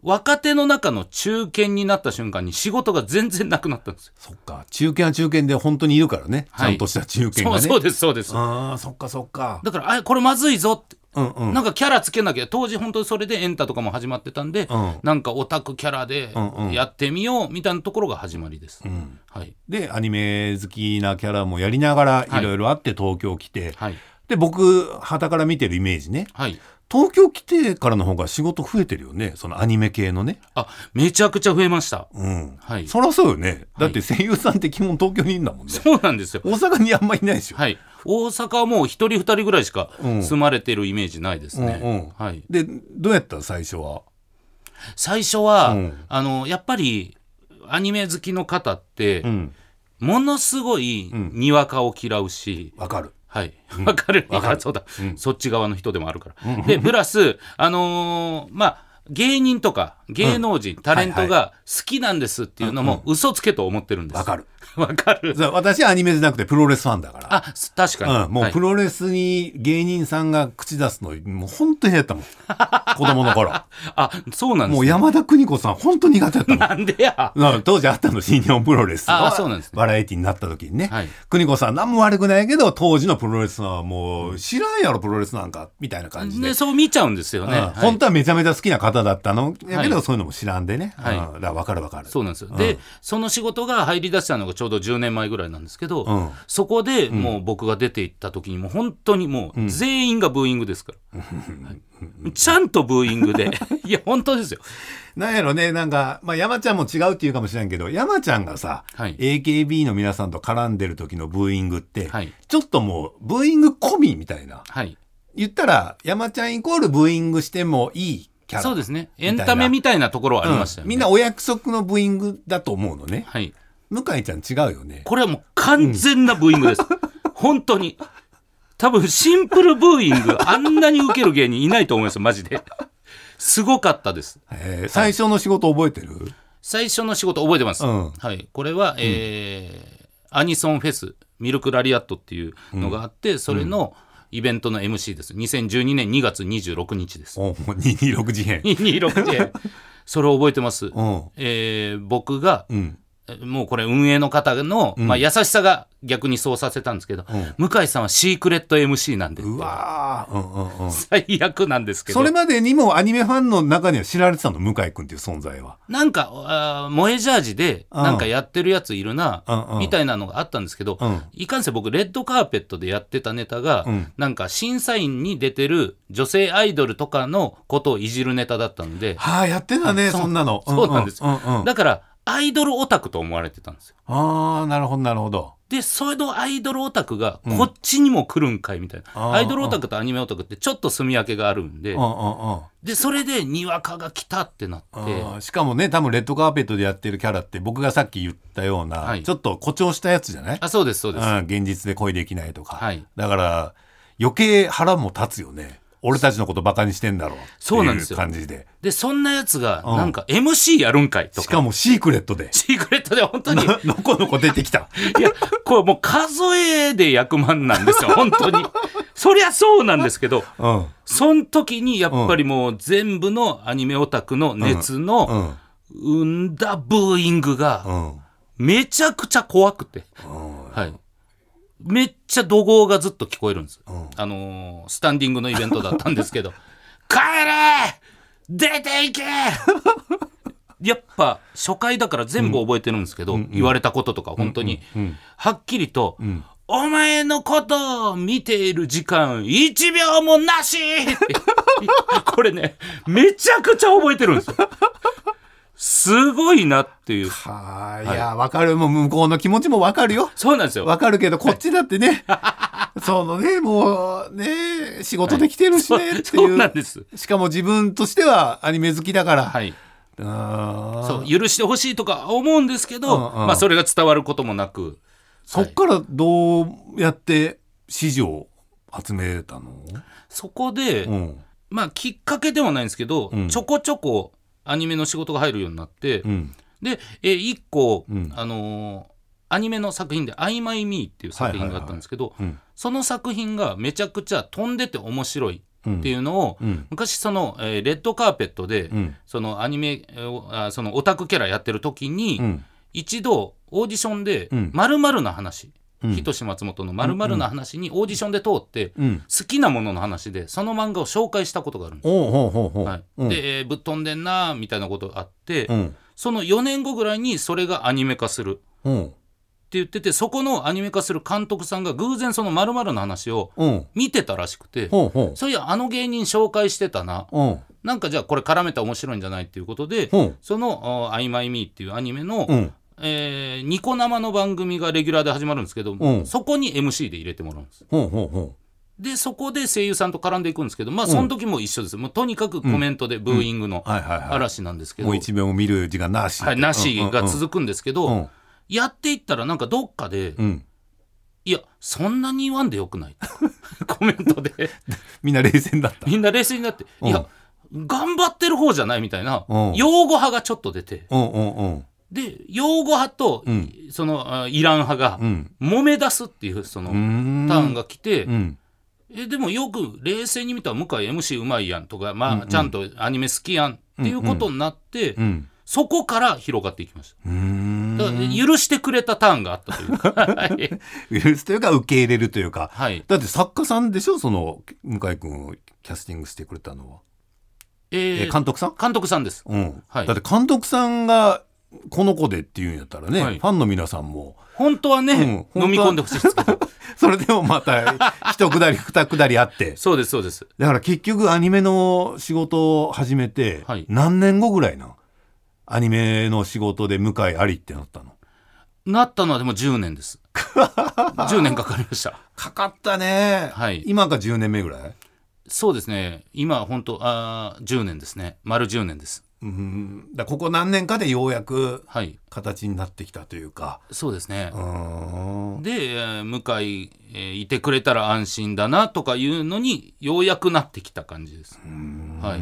若手の中の中堅になった瞬間に仕事が全然なくなったんですよ。 そっか、中堅は中堅で本当にいるからね、はい、ちゃんとした中堅がね。 そう、そうですそうです。 ああ、そっかそっか。 だからあこれまずいぞって、 うんうん、 なんかキャラつけなきゃ、当時本当にそれでエンタとかも始まってたんで、うん、なんかオタクキャラでやってみようみたいなところが始まりです、うんはい、 でアニメ好きなキャラもやりながらいろいろあって東京来て、はい、で僕傍から見てるイメージね、はい、東京来てからの方が仕事増えてるよね、そのアニメ系のね。 あ、めちゃくちゃ増えました、 うんはい、そりゃそうよね。だって声優さんって基本東京にいるんだもんね、 はい、そうなんですよ。 大阪にあんまりいないでしょ。 はい、大阪はもう一人二人ぐらいしか住まれてるイメージないですね、うんうんうんはい、 でどうやった最初は最初は、うん、あのやっぱりアニメ好きの方って、うん、ものすごいにわかを嫌うし、 わ、うん、かるはい、わかる、わかる、そうだ、うん、そっち側の人でもあるから、うん、でプラスあのー、まあ芸人とか芸能人、うん、タレントが好きなんですっていうのも嘘つけと思ってるんです。 わかるわかる。 私はアニメじゃなくてプロレスファンだから。 あ、確かに、 うん、もうプロレスに芸人さんが口出すのもう本当に嫌だったもん子供の頃。 あ、そうなんですね。 もう山田邦子さん本当に苦手だったもん。 なんでや。 当時あったの新日本プロレスのあ、そうなんですね、 バラエティになった時にね、はい、邦子さん何も悪くないけど当時のプロレスはもう知らんやろプロレスなんかみたいな感じで、 ね、そう見ちゃうんですよね、 うんはい、本当はめちゃめちゃ好きな方だったのやけど、はい、そういうのも知らんでね、はい、うん、だから分かる分かる。 そうなんですよ、うん、でその仕事が入り出したのがちょうどじゅうねんまえぐらいなんですけど、うん、そこでもう僕が出ていった時にもう本当にもう全員がブーイングですから、うんはい、ちゃんとブーイングでいや本当ですよ。 なんやろね、なんか、まあ、山ちゃんも違うっていうかもしれんけど、山ちゃんがさ、はい、エーケービー の皆さんと絡んでる時のブーイングって、はい、ちょっともうブーイング込みみたいな、はい、言ったら山ちゃんイコールブーイングしてもいいキャラ、 そうですね、エンタメみたいなところはありましたよね、 うん、みんなお約束のブーイングだと思うのね、はい、向井ちゃん違うよね。 これはもう完全なブーイングです、うん、本当に多分シンプルブーイングあんなに受ける芸人いないと思いますマジですごかったです、 えー、最初の仕事覚えてる？ 最初の仕事覚えてます、うんはい、これは、えーうん、アニソンフェスミルクラリアットっていうのがあって、うん、それのイベントの エムシー です。にせんじゅうにねんにがつにじゅうろくにちです。 おもうにひゃくにじゅうろくじへんにひゃくにじゅうろくじへんそれを覚えてます、うんえー、僕が、うんもうこれ運営の方の、うんまあ、優しさが逆にそうさせたんですけど、うん、向井さんはシークレット エムシー なんで、 うわー、うんうんうん、 最悪なんですけど、 それまでにもアニメファンの中には知られてたの、向井君っていう存在は。 なんかあ萌えジャージでなんかやってるやついるな、うん、みたいなのがあったんですけど、うん、いかんせん僕レッドカーペットでやってたネタが、うん、なんか審査員に出てる女性アイドルとかのことをいじるネタだったので、 はあ、やってたね、そんなの。 そうなんです、うんうん、だからアイドルオタクと思われてたんですよ。 ああ、なるほどなるほど。 でそのアイドルオタクがこっちにも来るんかいみたいな、うん、アイドルオタクとアニメオタクってちょっと住み分けがあるんで、うんうんうん、でそれでにわかが来たってなって、 しかもね多分レッドカーペットでやってるキャラって僕がさっき言ったような、はい、ちょっと誇張したやつじゃない？ あ、そうですそうです、うん、 現実で恋できないとか、はい、だから余計腹も立つよね。俺たちのことバカにしてんだろうっていう感じで。 でそんなやつがなんか エムシー やるんかいとか、 しかもシークレットでシークレットで本当にのこのこ出てきたいやこれもう数えでひゃくまんなんですよ本当にそりゃそうなんですけど、うん、その時にやっぱりもう全部のアニメオタクの熱の生んだブーイングがめちゃくちゃ怖くて、うん、はいめっちゃ怒号がずっと聞こえるんです、うん、あのー、スタンディングのイベントだったんですけど帰れ出ていけやっぱ初回だから全部覚えてるんですけど、うん、言われたこととか本当に、うんうんうん、はっきりと、うん、お前のことを見ている時間いちびょうもなしってこれねめちゃくちゃ覚えてるんですよすごいなっていう。 はあ、いや、わかる。もう向こうの気持ちもわかるよ。 そうなんですよ。 わかるけど、こっちだってね、そのね、もうね、仕事できてるしね、はい、っていう。 そうなんです。 しかも自分としてはアニメ好きだから。はい。 あそう、許してほしいとか思うんですけど、うんうん、まあそれが伝わることもなく。 そっからどうやって支持を集めたの？ そこで、うん、まあきっかけではないんですけど、うん、ちょこちょこ、アニメの仕事が入るようになって、うん、で、えー、いっこ、うん、あのー、アニメの作品で「アイマイミー」っていう作品があったんですけど、はいはいはいうん、その作品がめちゃくちゃ飛んでて面白いっていうのを、うん、昔その、えー、レッドカーペットで、うん、そのアニメあそのオタクキャラやってる時に、うん、一度オーディションで〇〇な話、ひとし松本の〇〇な話にオーディションで通って、うん、好きなものの話でその漫画を紹介したことがあるんです、はい、で、えー、ぶっ飛んでんなみたいなことがあって、うん、そのよねんごぐらいにそれがアニメ化する、うんって言ってて、そこのアニメ化する監督さんが偶然その〇〇の話を見てたらしくて、うん、そういやあの芸人紹介してたな、うん、なんかじゃあこれ絡めたら面白いんじゃないっていうことで、うん、その「アイマイミー」っていうアニメの、うんえー、ニコ生の番組がレギュラーで始まるんですけど、うん、そこに エムシー で入れてもらうんです、うんうんうん、でそこで声優さんと絡んでいくんですけど、まあその時も一緒です、もうとにかくコメントでブーイングの嵐なんですけど、 もう一秒も見る時間なし、 はい、なしが続くんですけど、うんうんうん、やっていったらなんかどっかで、うん、いやそんなに言わんでよくないコメントでみんな冷静だったみんな冷静になって、うん、いや頑張ってる方じゃないみたいな、うん、擁護派がちょっと出て、うんうんうん、で擁護派と、うん、そのイラン派が揉め出すっていうそのターンが来て、うん、えでもよく冷静に見たら向井 エムシー うまいやんとか、まあうんうん、ちゃんとアニメ好きやんっていうことになって、うんうん、そこから広がっていきました。うーん、だから許してくれたターンがあったというか許すというか受け入れるというか、はい、だって作家さんでしょ、その向井君をキャスティングしてくれたのは、えー、え監督さん監督さんです、 うんはい、だって監督さんがこの子でっていうんやったらね、はい、ファンの皆さんも本当はね、うん、飲み込んでほしいですけどそれでもまた一くだり二くだりあってそうですそうです。 だから結局アニメの仕事を始めて何年後ぐらいな、はい、アニメの仕事で向井ありってなったのなったのはでもじゅうねんですじゅうねんかかりました。 かかったね、はい、今がじゅうねんめぐらい。 そうですね、今本当あじゅうねんですね、丸じゅうねんです。 うん、だここ何年かでようやく形になってきたというか、 はい、そうですね。うんで、えー、向井、えー、いてくれたら安心だなとかいうのにようやくなってきた感じです。うん、はい、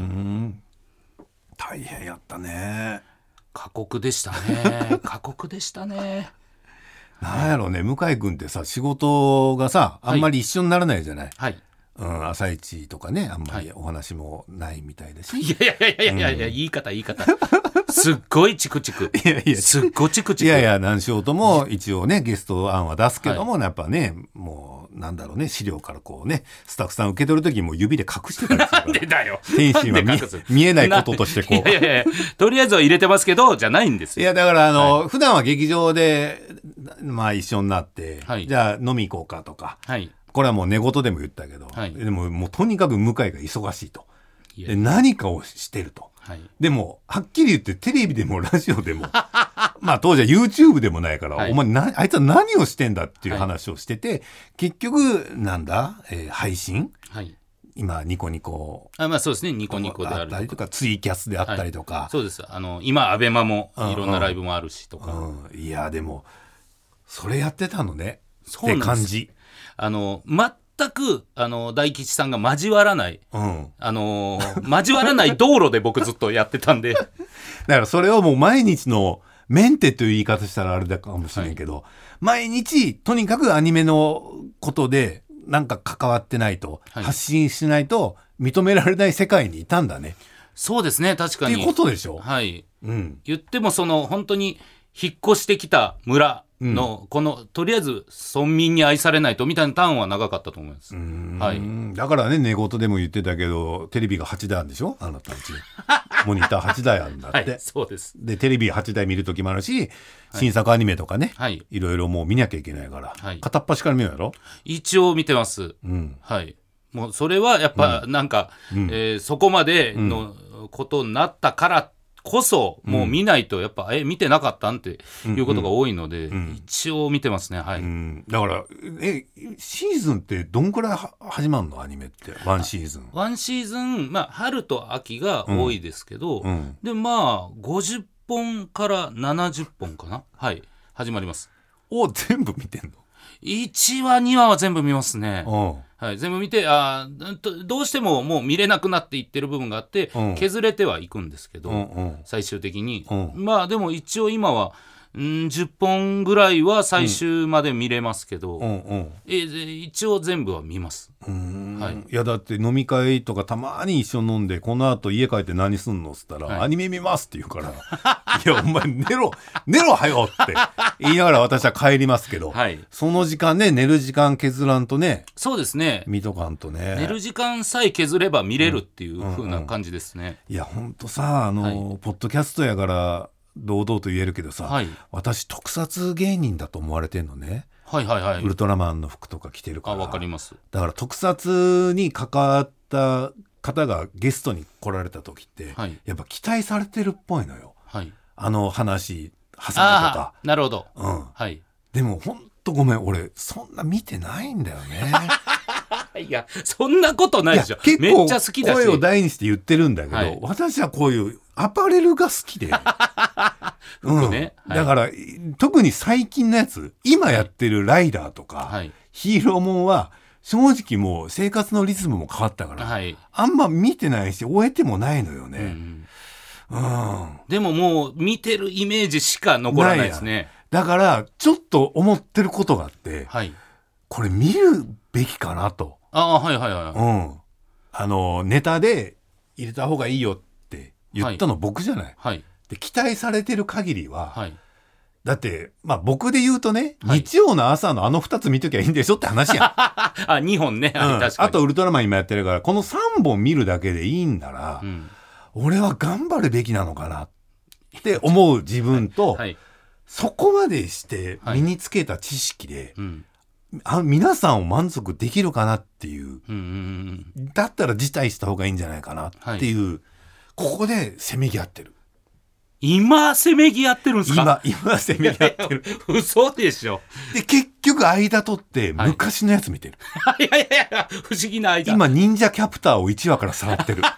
大変やったね。 過酷でしたね過酷でしたね。 なんやろうね、向井君ってさ仕事がさあんまり一緒にならないじゃない、はいうん、朝一とかねあんまりお話もないみたいだし、はい、 いやいやいやいやいや、うん、言い方言い方すっごいチクチクいやいやすっごいチクチクいやいや何しようとも一応ねゲスト案は出すけども、はい、やっぱねもうなんだろうね資料からこうねスタッフさん受け取るときにもう指で隠してたりするからなんでだよ天心は 見, 見えないこととしてこういやいやいやとりあえずは入れてますけどじゃないんですよ。 いやだからあの、はい、普段は劇場でまあ一緒になって、はい、じゃあ飲み行こうかとか、はいこれはもう寝言でも言ったけど、はい、でももうとにかく向井が忙しいとで何かをしてると、はい、でもはっきり言ってテレビでもラジオでもまあ当時は YouTube でもないから、はい、お前なあいつは何をしてんだっていう話をしてて、はい、結局なんだ、えー、配信、はい、今ニコニコあ、まあそうですねニコニコであったりとかツイキャスであったりとか、はい、 そうですあの今アベマもいろんなライブもあるしとか、 うんうん、いやでもそれやってたのねって感じ。 あの全くあの大吉さんが交わらない、うん、あの交わらない道路で僕ずっとやってたんでだからそれをもう毎日のメンテという言い方したらあれだかもしれんけど、はい、毎日とにかくアニメのことでなんか関わってないと、はい、発信しないと認められない世界にいたんだね。 そうですね確かにっていうことでしょ。 はい、うん、言ってもその本当に引っ越してきた村の、うん、このとりあえず村民に愛されないとみたいなターンは長かったと思います。うーん、はい、 だからね寝言でも言ってたけどテレビがはちだいあるんでしょあなたうちモニターはちだいあるんだって、はい、 そうです。 でテレビはちだい見るときもあるし新作アニメとかね、はい、いろいろもう見なきゃいけないから、はい、片っ端から見るやろ。 一応見てます、うん、はいもうそれはやっぱなんか、うんえー、そこまでのことになったからこそもう見ないとやっぱ、うん、え見てなかったんっていうことが多いので、うんうん、一応見てますね。はい、うん、 だからえシーズンってどんくらいは始まるのアニメってワンシーズンワンシーズン、まあ、春と秋が多いですけど、うんうん、でまあごじゅっぽんからななじゅっぽんかなはい始まります。 お全部見てんの。 いちわにわは全部見ますね。はい、全部見てあどうしてももう見れなくなっていってる部分があって、うん、削れてはいくんですけど、うんうん、最終的に、うん、まあでも一応今はんじゅっぽんぐらいは最終まで見れますけど、 うんうん、 え一応全部は見ます。 うーん、 はい、 いやだって飲み会とかたまに一緒に飲んでこの後家帰って何すんのっつったら、はい、アニメ見ますって言うからいやお前寝ろ寝ろはよって言いながら私は帰りますけど、はい、その時間ね寝る時間削らんとね。 そうですね、 見とかんとね。 寝る時間さえ削れば見れるっていう風な感じですね、うんうんうん、いやほんとさあの、はい、ポッドキャストやから堂々と言えるけどさ、はい、私特撮芸人だと思われてんのね。 はいはいはい、 ウルトラマンの服とか着てるから。 あ、わかります。 だから特撮に関わった方がゲストに来られた時って、はい、やっぱ期待されてるっぽいのよ、はい、あの話挟め方。 なるほど、 うんはい、 でもほんとごめん俺そんな見てないんだよねいやそんなことないでしょ。 結構めっちゃ好きだし声を大にして言ってるんだけど、はい、私はこういうアパレルが好きでうんね、はい、だから特に最近のやつ今やってるライダーとか、はい、ヒーローもんは正直もう生活のリズムも変わったから、はい、あんま見てないし終えてもないのよね、うんうん、 でももう見てるイメージしか残らないですね。 だからちょっと思ってることがあって、はい、これ見るべきかなと。 あ、はいはいはい、 うん、あのネタで入れた方がいいよって言ったの僕じゃない、はい、で期待されてる限りは、はい、だって、まあ、僕で言うとね、はい、日曜の朝のあのふたつ見ときゃいいんでしょって話やんあにほんね、うん、確かに。 あとウルトラマン今やってるからこのさんぼん見るだけでいいんなら、うん、俺は頑張るべきなのかなって思う自分と、はいはい、そこまでして身につけた知識で、はいうん、あ皆さんを満足できるかなっていう、うんうんうん、だったら辞退した方がいいんじゃないかなっていう、はい、ここでせめぎ合ってる。 今せめぎ合ってるんですか？ 今今せめぎ合ってる嘘でしょ。 で結局間取って昔のやつ見てる、 はい、いやいやいや不思議な間。 今忍者キャプターをいちわから触ってる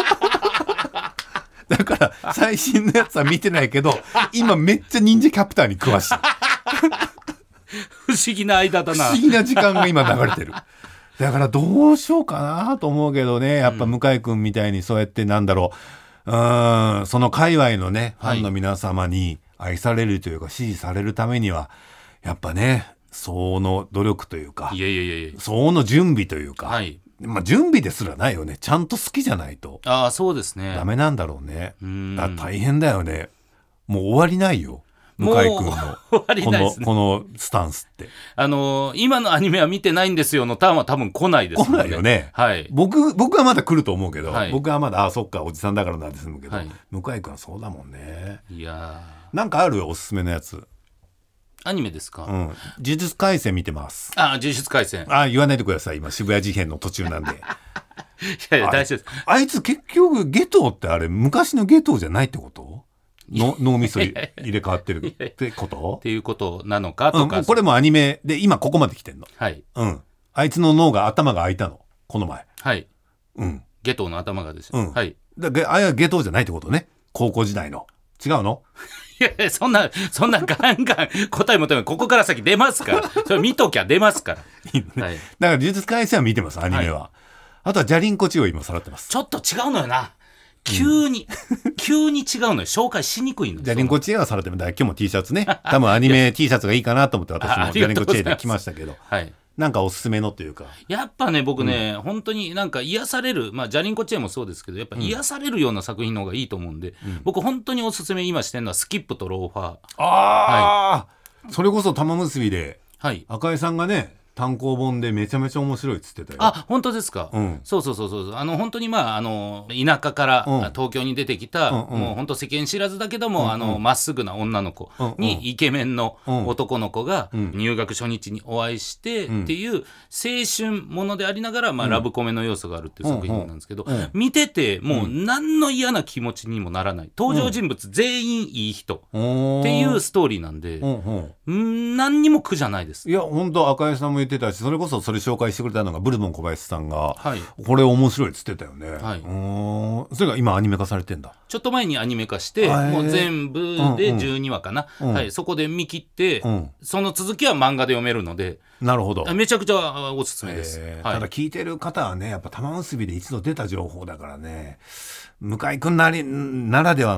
だから最新のやつは見てないけど今めっちゃ忍者キャプターに詳しい不思議な間だな。 不思議な時間が今流れてるだからどうしようかなと思うけどね。やっぱ向井くんみたいにそうやってなんだろう、うーんその界隈のねファンの皆様に愛されるというか支持されるためにはやっぱね相応の努力というかいやいやいや相応の準備というか、はいまあ、準備ですらないよね。ちゃんと好きじゃないとあそうですねダメなんだろうね。うんだ大変だよね。もう終わりないよ向井くんのこの、このスタンスって。 あのー、今のアニメは見てないんですよのターンは多分来ないですもんね。来ないよね、 はい、 僕, 僕はまだ来ると思うけど、はい、僕はまだあそっかおじさんだからなんて済むけど、はい、向井くんはそうだもんね。 いやなんかあるおすすめのやつ。 アニメですか？ うん、呪術廻戦見てます。 あ呪術廻戦あ言わないでください今渋谷事変の途中なんでいやいや大丈夫です。 あいつ結局ゲトウってあれ昔のゲトウじゃないってことの脳みそ入れ替わってるってことっていうことなのかとか、 うん、これもアニメで今ここまで来てんの。 はい、 うん、あいつの脳が頭が開いたのこの前。 はい、 うん、 ゲトウの頭がですよ、うんはい、 だあれはゲトウじゃないってことね。高校時代の違うの？ いやいやそんなそんなガンガン答え求めここから先出ますからそれ見ときゃ出ますからいいのね、はい、だから呪術廻戦は見てますアニメは、はい、あとはジャリンコチを今さらってます。 ちょっと違うのよな急に、うん、急に違うのよ。紹介しにくいのよ。 ジャリンコチエはされても今日も T シャツね多分アニメ T シャツがいいかなと思って私もジャリンコチエで来ましたけど、はい、なんかおすすめのというかやっぱね僕ね、うん、本当になんか癒される、まあ、ジャリンコチエもそうですけどやっぱ癒されるような作品の方がいいと思うんで、うん、僕本当におすすめ今してるのはスキップとローファー。 ああ、はい、それこそ玉結びで、はい、赤井さんがね単行本でめちゃめちゃ面白いっつってたよ。 あ本当ですか、うん、そうそうそうそうあの本当にまああの田舎から東京に出てきた、うん、もう本当世間知らずだけども、うん、あのまっすぐな女の子にイケメンの男の子が入学初日にお会いして、うん、っていう青春ものでありながら、まあ、ラブコメの要素があるっていう作品なんですけど、うんうん、見ててもう何の嫌な気持ちにもならない登場人物全員いい人っていうストーリーなんで、うんうん、何にも苦じゃないです。 いや本当赤井さんも言ってたしそれこそそれ紹介してくれたのがブルボン小林さんが、はい、これ面白いっつってたよね、はい、うーんそれが今アニメ化されてんだ。 ちょっと前にアニメ化してもう全部でじゅうにわかな、うんうんはい、そこで見切って、うん、その続きは漫画で読めるのでなるほどめちゃくちゃおすすめです、 はい、ただ聞いてる方はねやっぱ玉結びで一度出た情報だからね向井くんなりならではの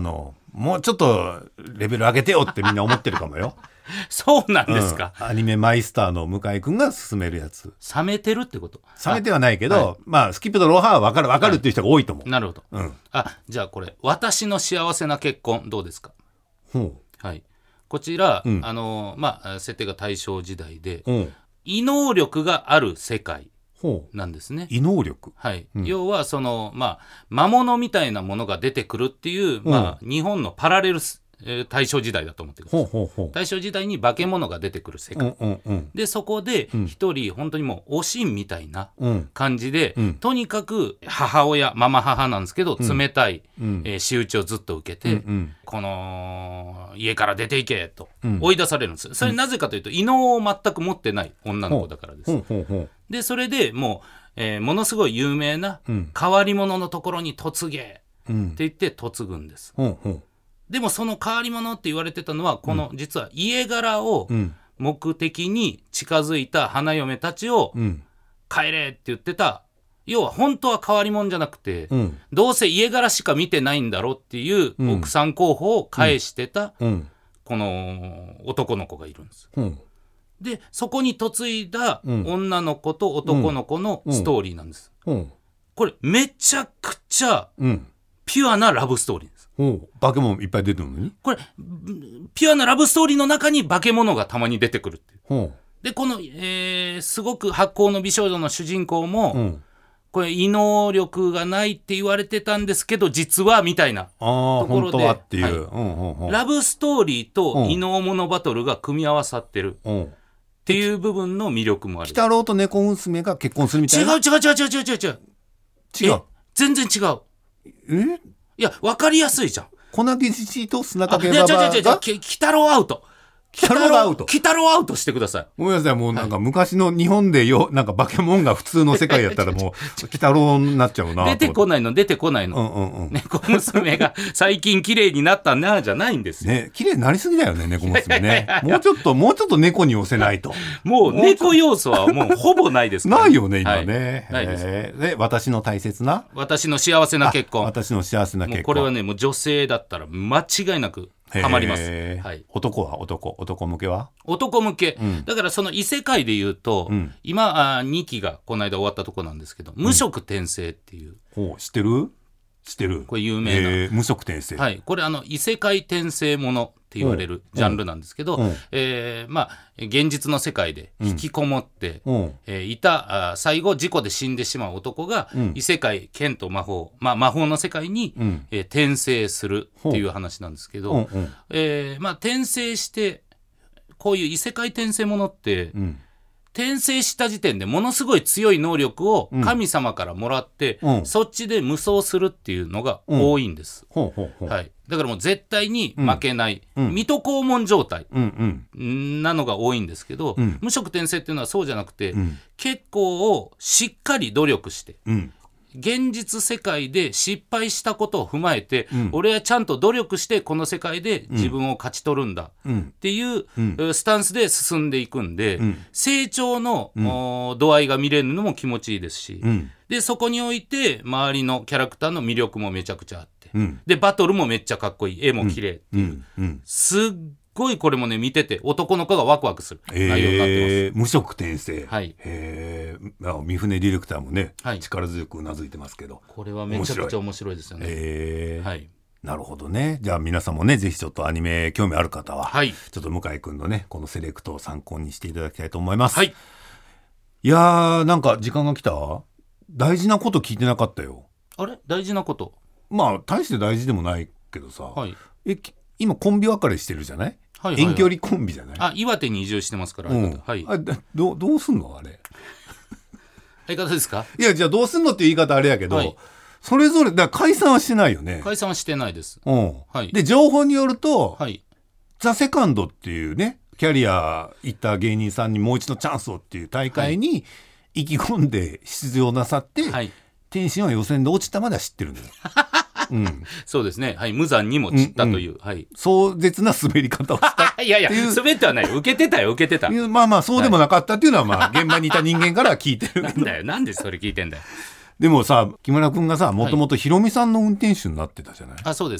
もうちょっとレベル上げてよってみんな思ってるかもよそうなんですか、 うん、アニメマイスターの向井くんが勧めるやつ。 冷めてるってこと？ 冷めてはないけど、はい、まあスキップとロハは分かる分かるっていう人が多いと思う、はい、 なるほど、 うん、 あじゃあこれ私の幸せな結婚どうですか？ ほう、 はい、こちら、うん、あのまあ設定が大正時代で、うん、異能力がある世界なんですね。 異能力、 はい、うん、要はそのまあ魔物みたいなものが出てくるっていう、まあ、日本のパラレルス大正時代だと思ってください。ほうほうほう、大正時代に化け物が出てくる世界、うんうんうん、でそこで一人本当にもうおしんみたいな感じで、うん、とにかく母親ママ母なんですけど冷たい、うんえー、仕打ちをずっと受けて、うんうん、この家から出ていけと追い出されるんです、うん、それなぜかというと異能を全くく持ってない女の子だからです、うんうんうん、でそれでもう、えー、ものすごい有名な変わり者のところに嫁げって言って嫁ぐんです、うんうん、でもその変わり者って言われてたのはこの実は家柄を目的に近づいた花嫁たちを帰れって言ってた、要は本当は変わり者じゃなくて、どうせ家柄しか見てないんだろうっていう奥さん候補を返してたこの男の子がいるんです、でそこに嫁いだ女の子と男の子のストーリーなんです、これめちゃくちゃピュアなラブストーリーです。 化け物いっぱい出てるのにこれピュアなラブストーリーの中に化け物がたまに出てくるっていう。でこの、えー、すごく発光の美少女の主人公も、うん、これ異能力がないって言われてたんですけど実はみたいなところで、 っていう、はいうんうんうん、 ラブストーリーと異能物バトルが組み合わさってるっていう部分の魅力もある。 鬼太郎と猫娘が結婚するみたいな。 違う違う違う違う違う違う違う違う全然違う。 えいや分かりやすいじゃん。 粉木じじいと砂かけババアが鬼太郎アウト。 鬼太郎アウト。 鬼太郎アウトしてください。 ごめんなさい、もうなんか昔の日本でよ、なんか化け物が普通の世界やったらもう鬼太郎になっちゃうな。 出てこないの出てこないの。うんうんうん、猫娘が最近綺麗になったなじゃないんですよ。 ね、綺麗になりすぎだよね猫娘ね。もうちょっともうちょっと猫に寄せないと。 もう猫要素はもうほぼないですから、 ね。ないよね今ね。 はい、ないです。 で私の大切な。 私の幸せな結婚。 私の幸せな結婚。 もうこれはねもう女性だったら間違いなく。ハマります、はい、 男は男男向けは男向け、うん、だからその異世界で言うと、うん、今あにきがこの間終わったとこなんですけど、うん、無色転生っていう、 ほう知ってる知ってるこれ有名な、 えー、無色転生、 はい、これあの異世界転生ものって言われるジャンルなんですけど、うんえーまあ、現実の世界で引きこもって、うんえー、いたあ最後事故で死んでしまう男が、うん、異世界剣と魔法、まあ、魔法の世界に、うんえー、転生するっていう話なんですけど、うんうんえーまあ、転生してこういう異世界転生ものって、うん転生した時点でものすごい強い能力を神様からもらって、うん、そっちで無双するっていうのが多いんです、うんはい、だからもう絶対に負けない、うん、水戸黄門状態なのが多いんですけど、うん、無色転生っていうのはそうじゃなくて、うん、結構しっかり努力して、うん現実世界で失敗したことを踏まえて、うん、俺はちゃんと努力してこの世界で自分を勝ち取るんだっていう、うん、スタンスで進んでいくんで、うん、成長の、うん、度合いが見れるのも気持ちいいですし、うん、でそこにおいて周りのキャラクターの魅力もめちゃくちゃあって、うん、でバトルもめっちゃかっこいい絵も綺麗っていう、うんうん、すっすごいこれもね見てて男の子がワクワクする内容になってます、えー、 無色転生、 はい、 えー、三船ディレクターもね、はい、力強くうなずいてますけどこれはめちゃくちゃ面白いですよね、 えーはい、なるほどね。じゃあ皆さんもねぜひちょっとアニメ興味ある方は、はい、ちょっと向井くんのねこのセレクトを参考にしていただきたいと思います、はい、いやーなんか時間が来た。大事なこと聞いてなかったよ。 あれ大事なこと、 まあ大して大事でもないけどさ、はい、え今コンビ別れしてるじゃない、はいはいはい、遠距離コンビじゃない。 あ岩手に移住してますから、 うんはい、あ ど, どうすんのあれ相方ですか。 いやじゃあどうすんのっていう言い方あれやけど、はい、それぞれだから解散はしてないよね。 解散はしてないです、 うんはい、で情報によると、はい、ザ・セカンドっていうねキャリア行った芸人さんにもう一度チャンスをっていう大会に意気込んで出場なさって、はい、天心は予選で落ちたまでは知ってるんだようん、 そうですね、はい、無残にも散ったという、うんうんはい、 壮絶な滑り方をしたいやいや滑ってはない受けてたよ受けてたまあまあそうでもなかったっていうのは、まあ、現場にいた人間からは聞いてるなんだよなんでそれ聞いてんだよでもさ木村君がさもともとヒロミさんの運転手になってたじゃない、 はい、あそうです。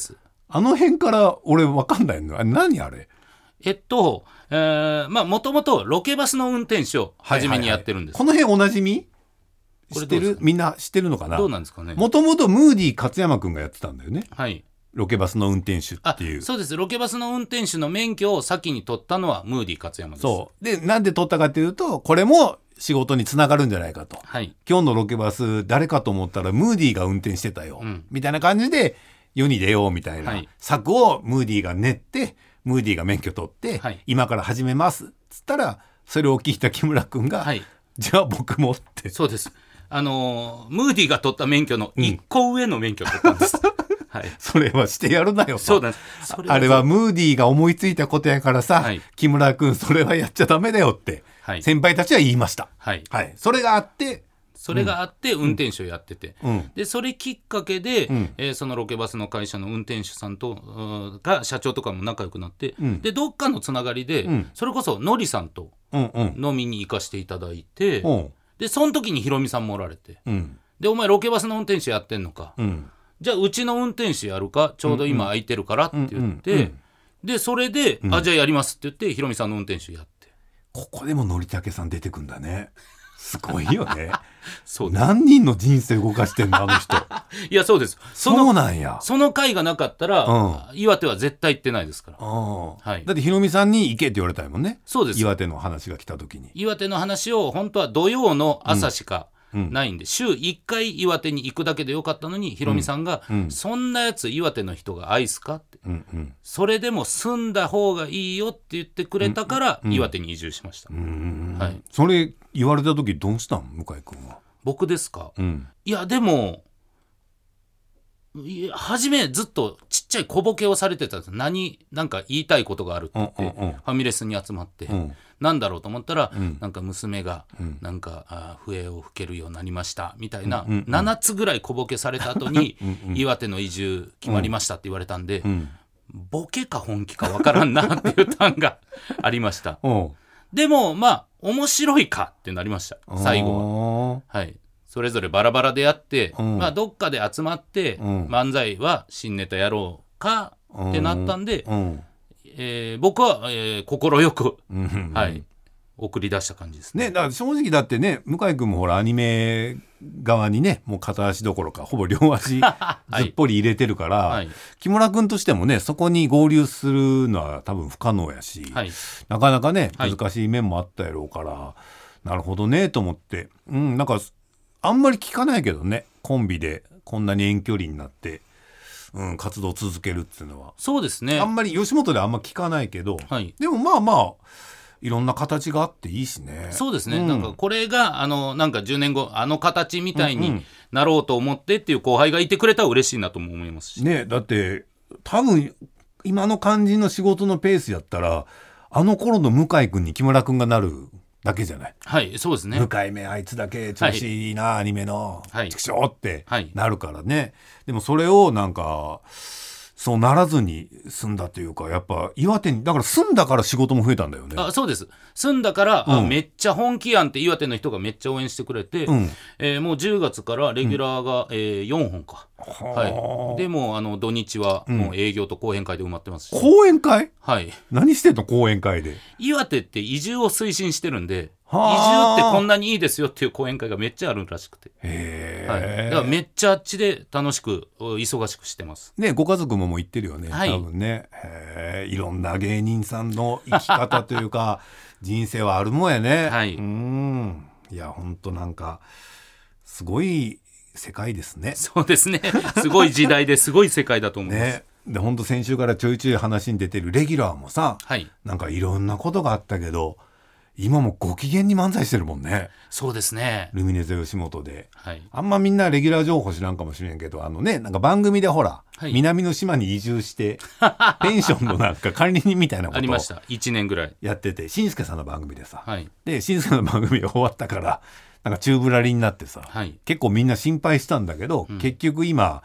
あの辺から俺分かんないの。あれ何あれ。 えっと、えー、まあもともとロケバスの運転手を初めにやってるんです、 はいはいはい、この辺おなじみ知ってる、みんな知ってるのかな。 どうなんですかね。 もともとムーディ勝山くんがやってたんだよね。 はい。 ロケバスの運転手っていう。 あ、そうです。ロケバスの運転手の免許を先に取ったのはムーディ勝山です。 そうで、なんで取ったかっていうと、これも仕事につながるんじゃないかと、 はい、 今日のロケバス誰かと思ったらムーディが運転してたよ、うん、みたいな感じで世に出ようみたいな策をムーディが練って、ムーディが免許取って、はい、今から始めますっつったら、それを聞いた木村君が、はい、じゃあ僕もって。 そうです。あのー、ムーディが取った免許のいっこ上の免許を取ったんです、うんはい、それはしてやるなよと。 そうなんです。 それはあれはムーディが思いついたことやからさ、はい、木村君それはやっちゃダメだよって、はい、先輩たちは言いました、はいはい、それがあってそれがあって運転手をやってて、うん、でそれきっかけで、うんえー、そのロケバスの会社の運転手さんとが社長とかも仲良くなって、うん、でどっかのつながりで、うん、それこそのりさんと飲みに行かせていただいて、うんうん、でその時にひろみさんもおられて、うん、でお前ロケバスの運転手やってんのか、うん、じゃあうちの運転手やるか、ちょうど今空いてるからって言って、うんうんうん、でそれで、うん、あじゃあやりますって言ってひろみさんの運転手やって、 ここでものりたけさん出てくんだね。すごいよね。そう何人の人生動かしてんのあの人。 いやそうです。 そのそうなんや。 その会がなかったら、うん、岩手は絶対行ってないですから、 はい、だってひろみさんに行けって言われたもんね。 そうです。 岩手の話が来た時に、 岩手の話を本当は土曜の朝しか、うんないんで、週いっかい岩手に行くだけでよかったのに、ひろみさんが、うん、そんなやつ岩手の人が愛すかって、うんうん、それでも住んだ方がいいよって言ってくれたから、うん、岩手に移住しました、うんはい、それ言われた時どうしたん向井君は。 僕ですか、うん、いやでも初めずっとちっちゃい小ボケをされてたんです。何なんか言いたいことがあるって言って、うんうんうん、ファミレスに集まって、うん、なんだろうと思ったら、うん、なんか娘が、うん、なんかあ笛を吹けるようになりましたみたいな、うんうんうん、ななつぐらい小ボケされた後にうん、うん、岩手の移住決まりましたって言われたんで、うん、ボケか本気かわからんなっていうターンがありました。でもまあ面白いかってなりました最後は。はい、それぞれバラバラでやって、うんまあ、どっかで集まって、うん、漫才は新ネタやろうかってなったんで、うんえー、僕は、えー、心よく、うんはい、送り出した感じです ね, ねだから正直だってね、向井君もほらアニメ側にねもう片足どころかほぼ両足ずっぽり入れてるから、はい、木村君としてもねそこに合流するのは多分不可能やし、はい、なかなかね難しい面もあったやろうから、はい、なるほどねと思って、うん、なんかあんまり聞かないけどね、コンビでこんなに遠距離になって、うん、活動を続けるっていうのは。 そうですね。 あんまり吉本であんま聞かないけど、はい、でもまあまあいろんな形があっていいしね。 そうですね、うん、なんかこれがあのなんかじゅうねんごあの形みたいになろうと思ってっていう後輩がいてくれたら嬉しいなとも思いますしね。だって多分今の感じの仕事のペースやったらあの頃の向井君に木村君がなるだけじゃない。 はいそうですね。 向井めあいつだけ調子いいな、はい、アニメの畜生ってなるからね、はい、でもそれをなんかそうならずに済んだというか、やっぱ岩手にだから住んだから仕事も増えたんだよね。 あそうです。住んだから、うん、あめっちゃ本気やんって岩手の人がめっちゃ応援してくれて、うんえー、もうじゅうがつからレギュラーが、うんえー、よんほんか、はい、でもあの土日はもう営業と講演会で埋まってますし、 うん、講演会はい何してんの講演会で。 岩手って移住を推進してるんで、移住ってこんなにいいですよっていう講演会がめっちゃあるらしくて、へー、はい、だからめっちゃあっちで楽しく忙しくしてますね。ご家族ももう行ってるよね、はい、多分ね。へー、いろんな芸人さんの生き方というか人生はあるもんやね、はい、うーんいやほんとなんかすごい世界ですね。 そうですね、すごい時代ですごい世界だと思います、 ね、でほんと先週からちょいちょい話に出てるレギュラーもさ、はい、なんかいろんなことがあったけど今もご機嫌に漫才してるもんね。 そうですね。 ルミネゼ吉本で、はい、あんまみんなレギュラー情報知らんかもしれんけど、あのねなんか番組でほら、はい、南の島に移住してペンションのなんか管理人みたいなことをありました。いちねんぐらいやってて、しんすけさんの番組でさ、はい、でしんすけの番組が終わったからなんか宙ぶらりになってさ、はい、結構みんな心配したんだけど、うん、結局今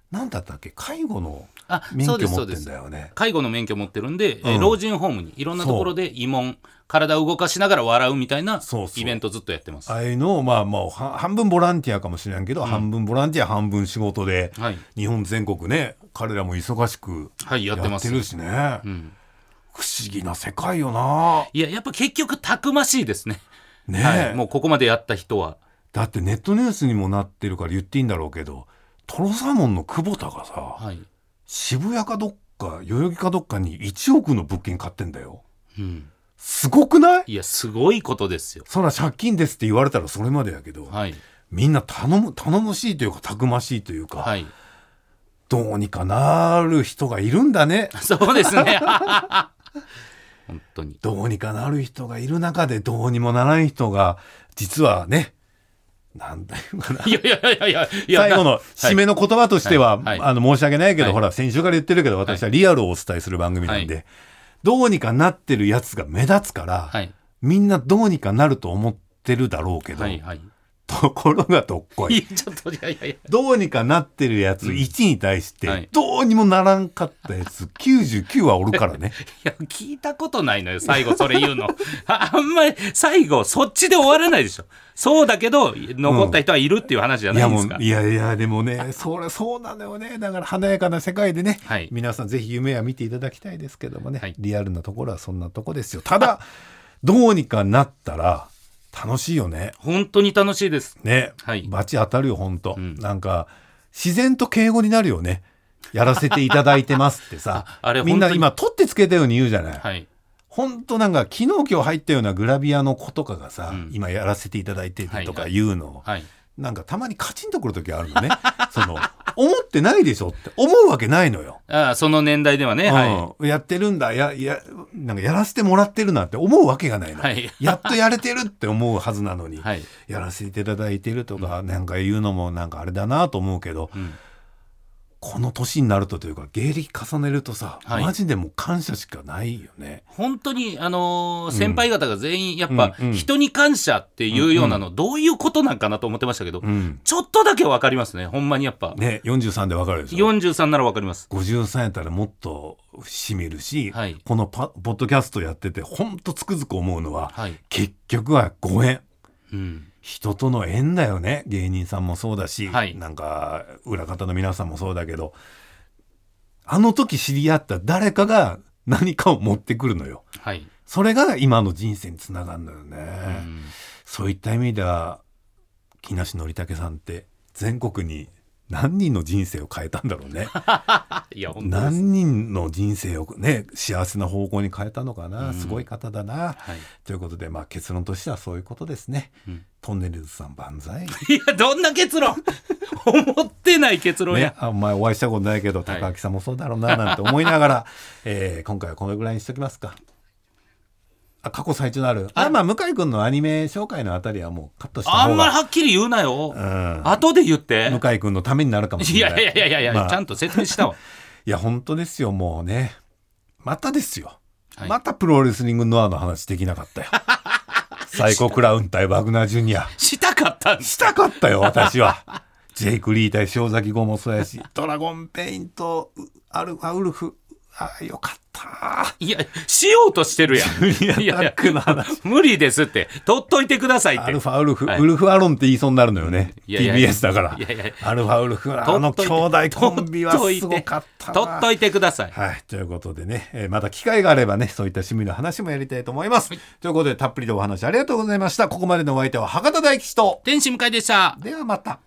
なんだったっけ、介護の免許持ってんだよね。 介護の免許持ってるんで、うん、老人ホームにいろんなところで慰問、体を動かしながら笑うみたいなイベントずっとやってます。 そうそう、ああいうのを、まあまあ、半分ボランティアかもしれんけど、うん、半分ボランティア半分仕事で、はい、日本全国ね彼らも忙しくやってるしね、はい、うん、不思議な世界よな。 いや、やっぱ結局たくましいですね。 ねえ、 はい、もうここまでやった人は。 だってネットニュースにもなってるから言っていいんだろうけど、トロサーモンの久保田がさ、はい、渋谷かどっか代々木かどっかにいちおくの物件買ってんだよ、うん、すごくない？ いや、すごいことですよ。 そら借金ですって言われたらそれまでやけど、はい、みんな頼む頼もしいというかたくましいというか、はい、どうにかなる人がいるんだね。 そうですね本当にどうにかなる人がいる中でどうにもならない人が実はね、なんだよかな。 いやいやいやいやいや、最後の締めの言葉としては、はいはいはい、あの申し訳ないけど、はい、ほら先週から言ってるけど私はリアルをお伝えする番組なんで、はい、どうにかなってるやつが目立つから、はい、みんなどうにかなると思ってるだろうけど、はいはい、ところがどっこい。 いやちょっといやいやいやどうにかなってるやついちに対して、うんはい、どうにもならんかったやつきゅうじゅうきゅうはおるからね。 いや聞いたことないのよ最後それ言うのあ, あんまり最後そっちで終わらないでしょ。そうだけど残った人はいるっていう話じゃないですか、 うん、いやもういやいやでもねそれそうなのよね。だから華やかな世界でね、はい、皆さんぜひ夢は見ていただきたいですけどもね、はい、リアルなところはそんなとこですよ。ただどうにかなったら楽しいよね。 本当に楽しいですね、はい、バチ当たるよ本当、うん、なんか自然と敬語になるよね。やらせていただいてますってさあれみんな今取ってつけたように言うじゃない、はい、本当なんか昨日今日入ったようなグラビアの子とかがさ、うん、今やらせていただいてとか言うの、はいはい、なんかたまにカチンとくる時あるのねその思ってないでしょって思うわけないのよ。 ああその年代ではね、うんはい、やってるんだ や, や, なんかやらせてもらってるなんて思うわけがないの、はい、やっとやれてるって思うはずなのに、はい、やらせていただいてるとか、うん、なんか言うのもなんかあれだなと思うけど、うん、この年になるとというか芸歴重ねるとさ、はい、マジでもう感謝しかないよね。 本当にあのー、先輩方が全員やっぱ人に感謝っていうようなの、うんうん、どういうことなんかなと思ってましたけど、うん、ちょっとだけ分かりますねほんまにやっぱね。よんじゅうさんで分かるでしょ。 よんじゅうさんなら分かります。 ごじゅうさんやったらもっとしみるし、はい、このパポッドキャストやっててほんとつくづく思うのは、はい、結局はご縁、うん、人との縁だよね。芸人さんもそうだし、はい、なんか裏方の皆さんもそうだけど、あの時知り合った誰かが何かを持ってくるのよ、はい、それが今の人生につながるのよね、うん、そういった意味では木梨憲武さんって全国に何人の人生を変えたんだろうねいや本当です。 何人の人生をね幸せな方向に変えたのかな、うん、すごい方だな、はい、ということで、まあ、結論としてはそういうことですね、うん、トンネルズさん万歳。いやどんな結論思ってない結論や、 ね、あんまりお会いしたことないけど高木さんもそうだろうななんて思いながら、はいえー、今回はこのぐらいにしときますか。あ過去最長のあるあ、まあ、向井君のアニメ紹介のあたりはもうカットした方があんまりはっきり言うなよ、うん、後で言って向井君のためになるかもしれない。 いやいやいやいや、まあ、ちゃんと説明したわいや本当ですよもうねまたですよ、はい、またプロレスリングノアの話できなかったよサイコクラウン対ワグナージュニアしたかったんしたかったよ私はジェイク・リー対塩崎豪もそうやしドラゴンペイントアルファウルフあよかった。 いやしようとしてるやん。いやいや無理ですって取っといてくださいって。 アルファウルフ、はい、ウルフアロンって言いそうになるのよね、いやいやいや ティービーエス だからいやいやアルファウルフあの兄弟コンビはすごかったな。 取っといてください、 はい、ということでね、えー、また機会があればねそういった趣味の話もやりたいと思います、はい、ということでたっぷりとお話ありがとうございました。ここまでのお相手は博多大吉と天使向井でした。 ではまた。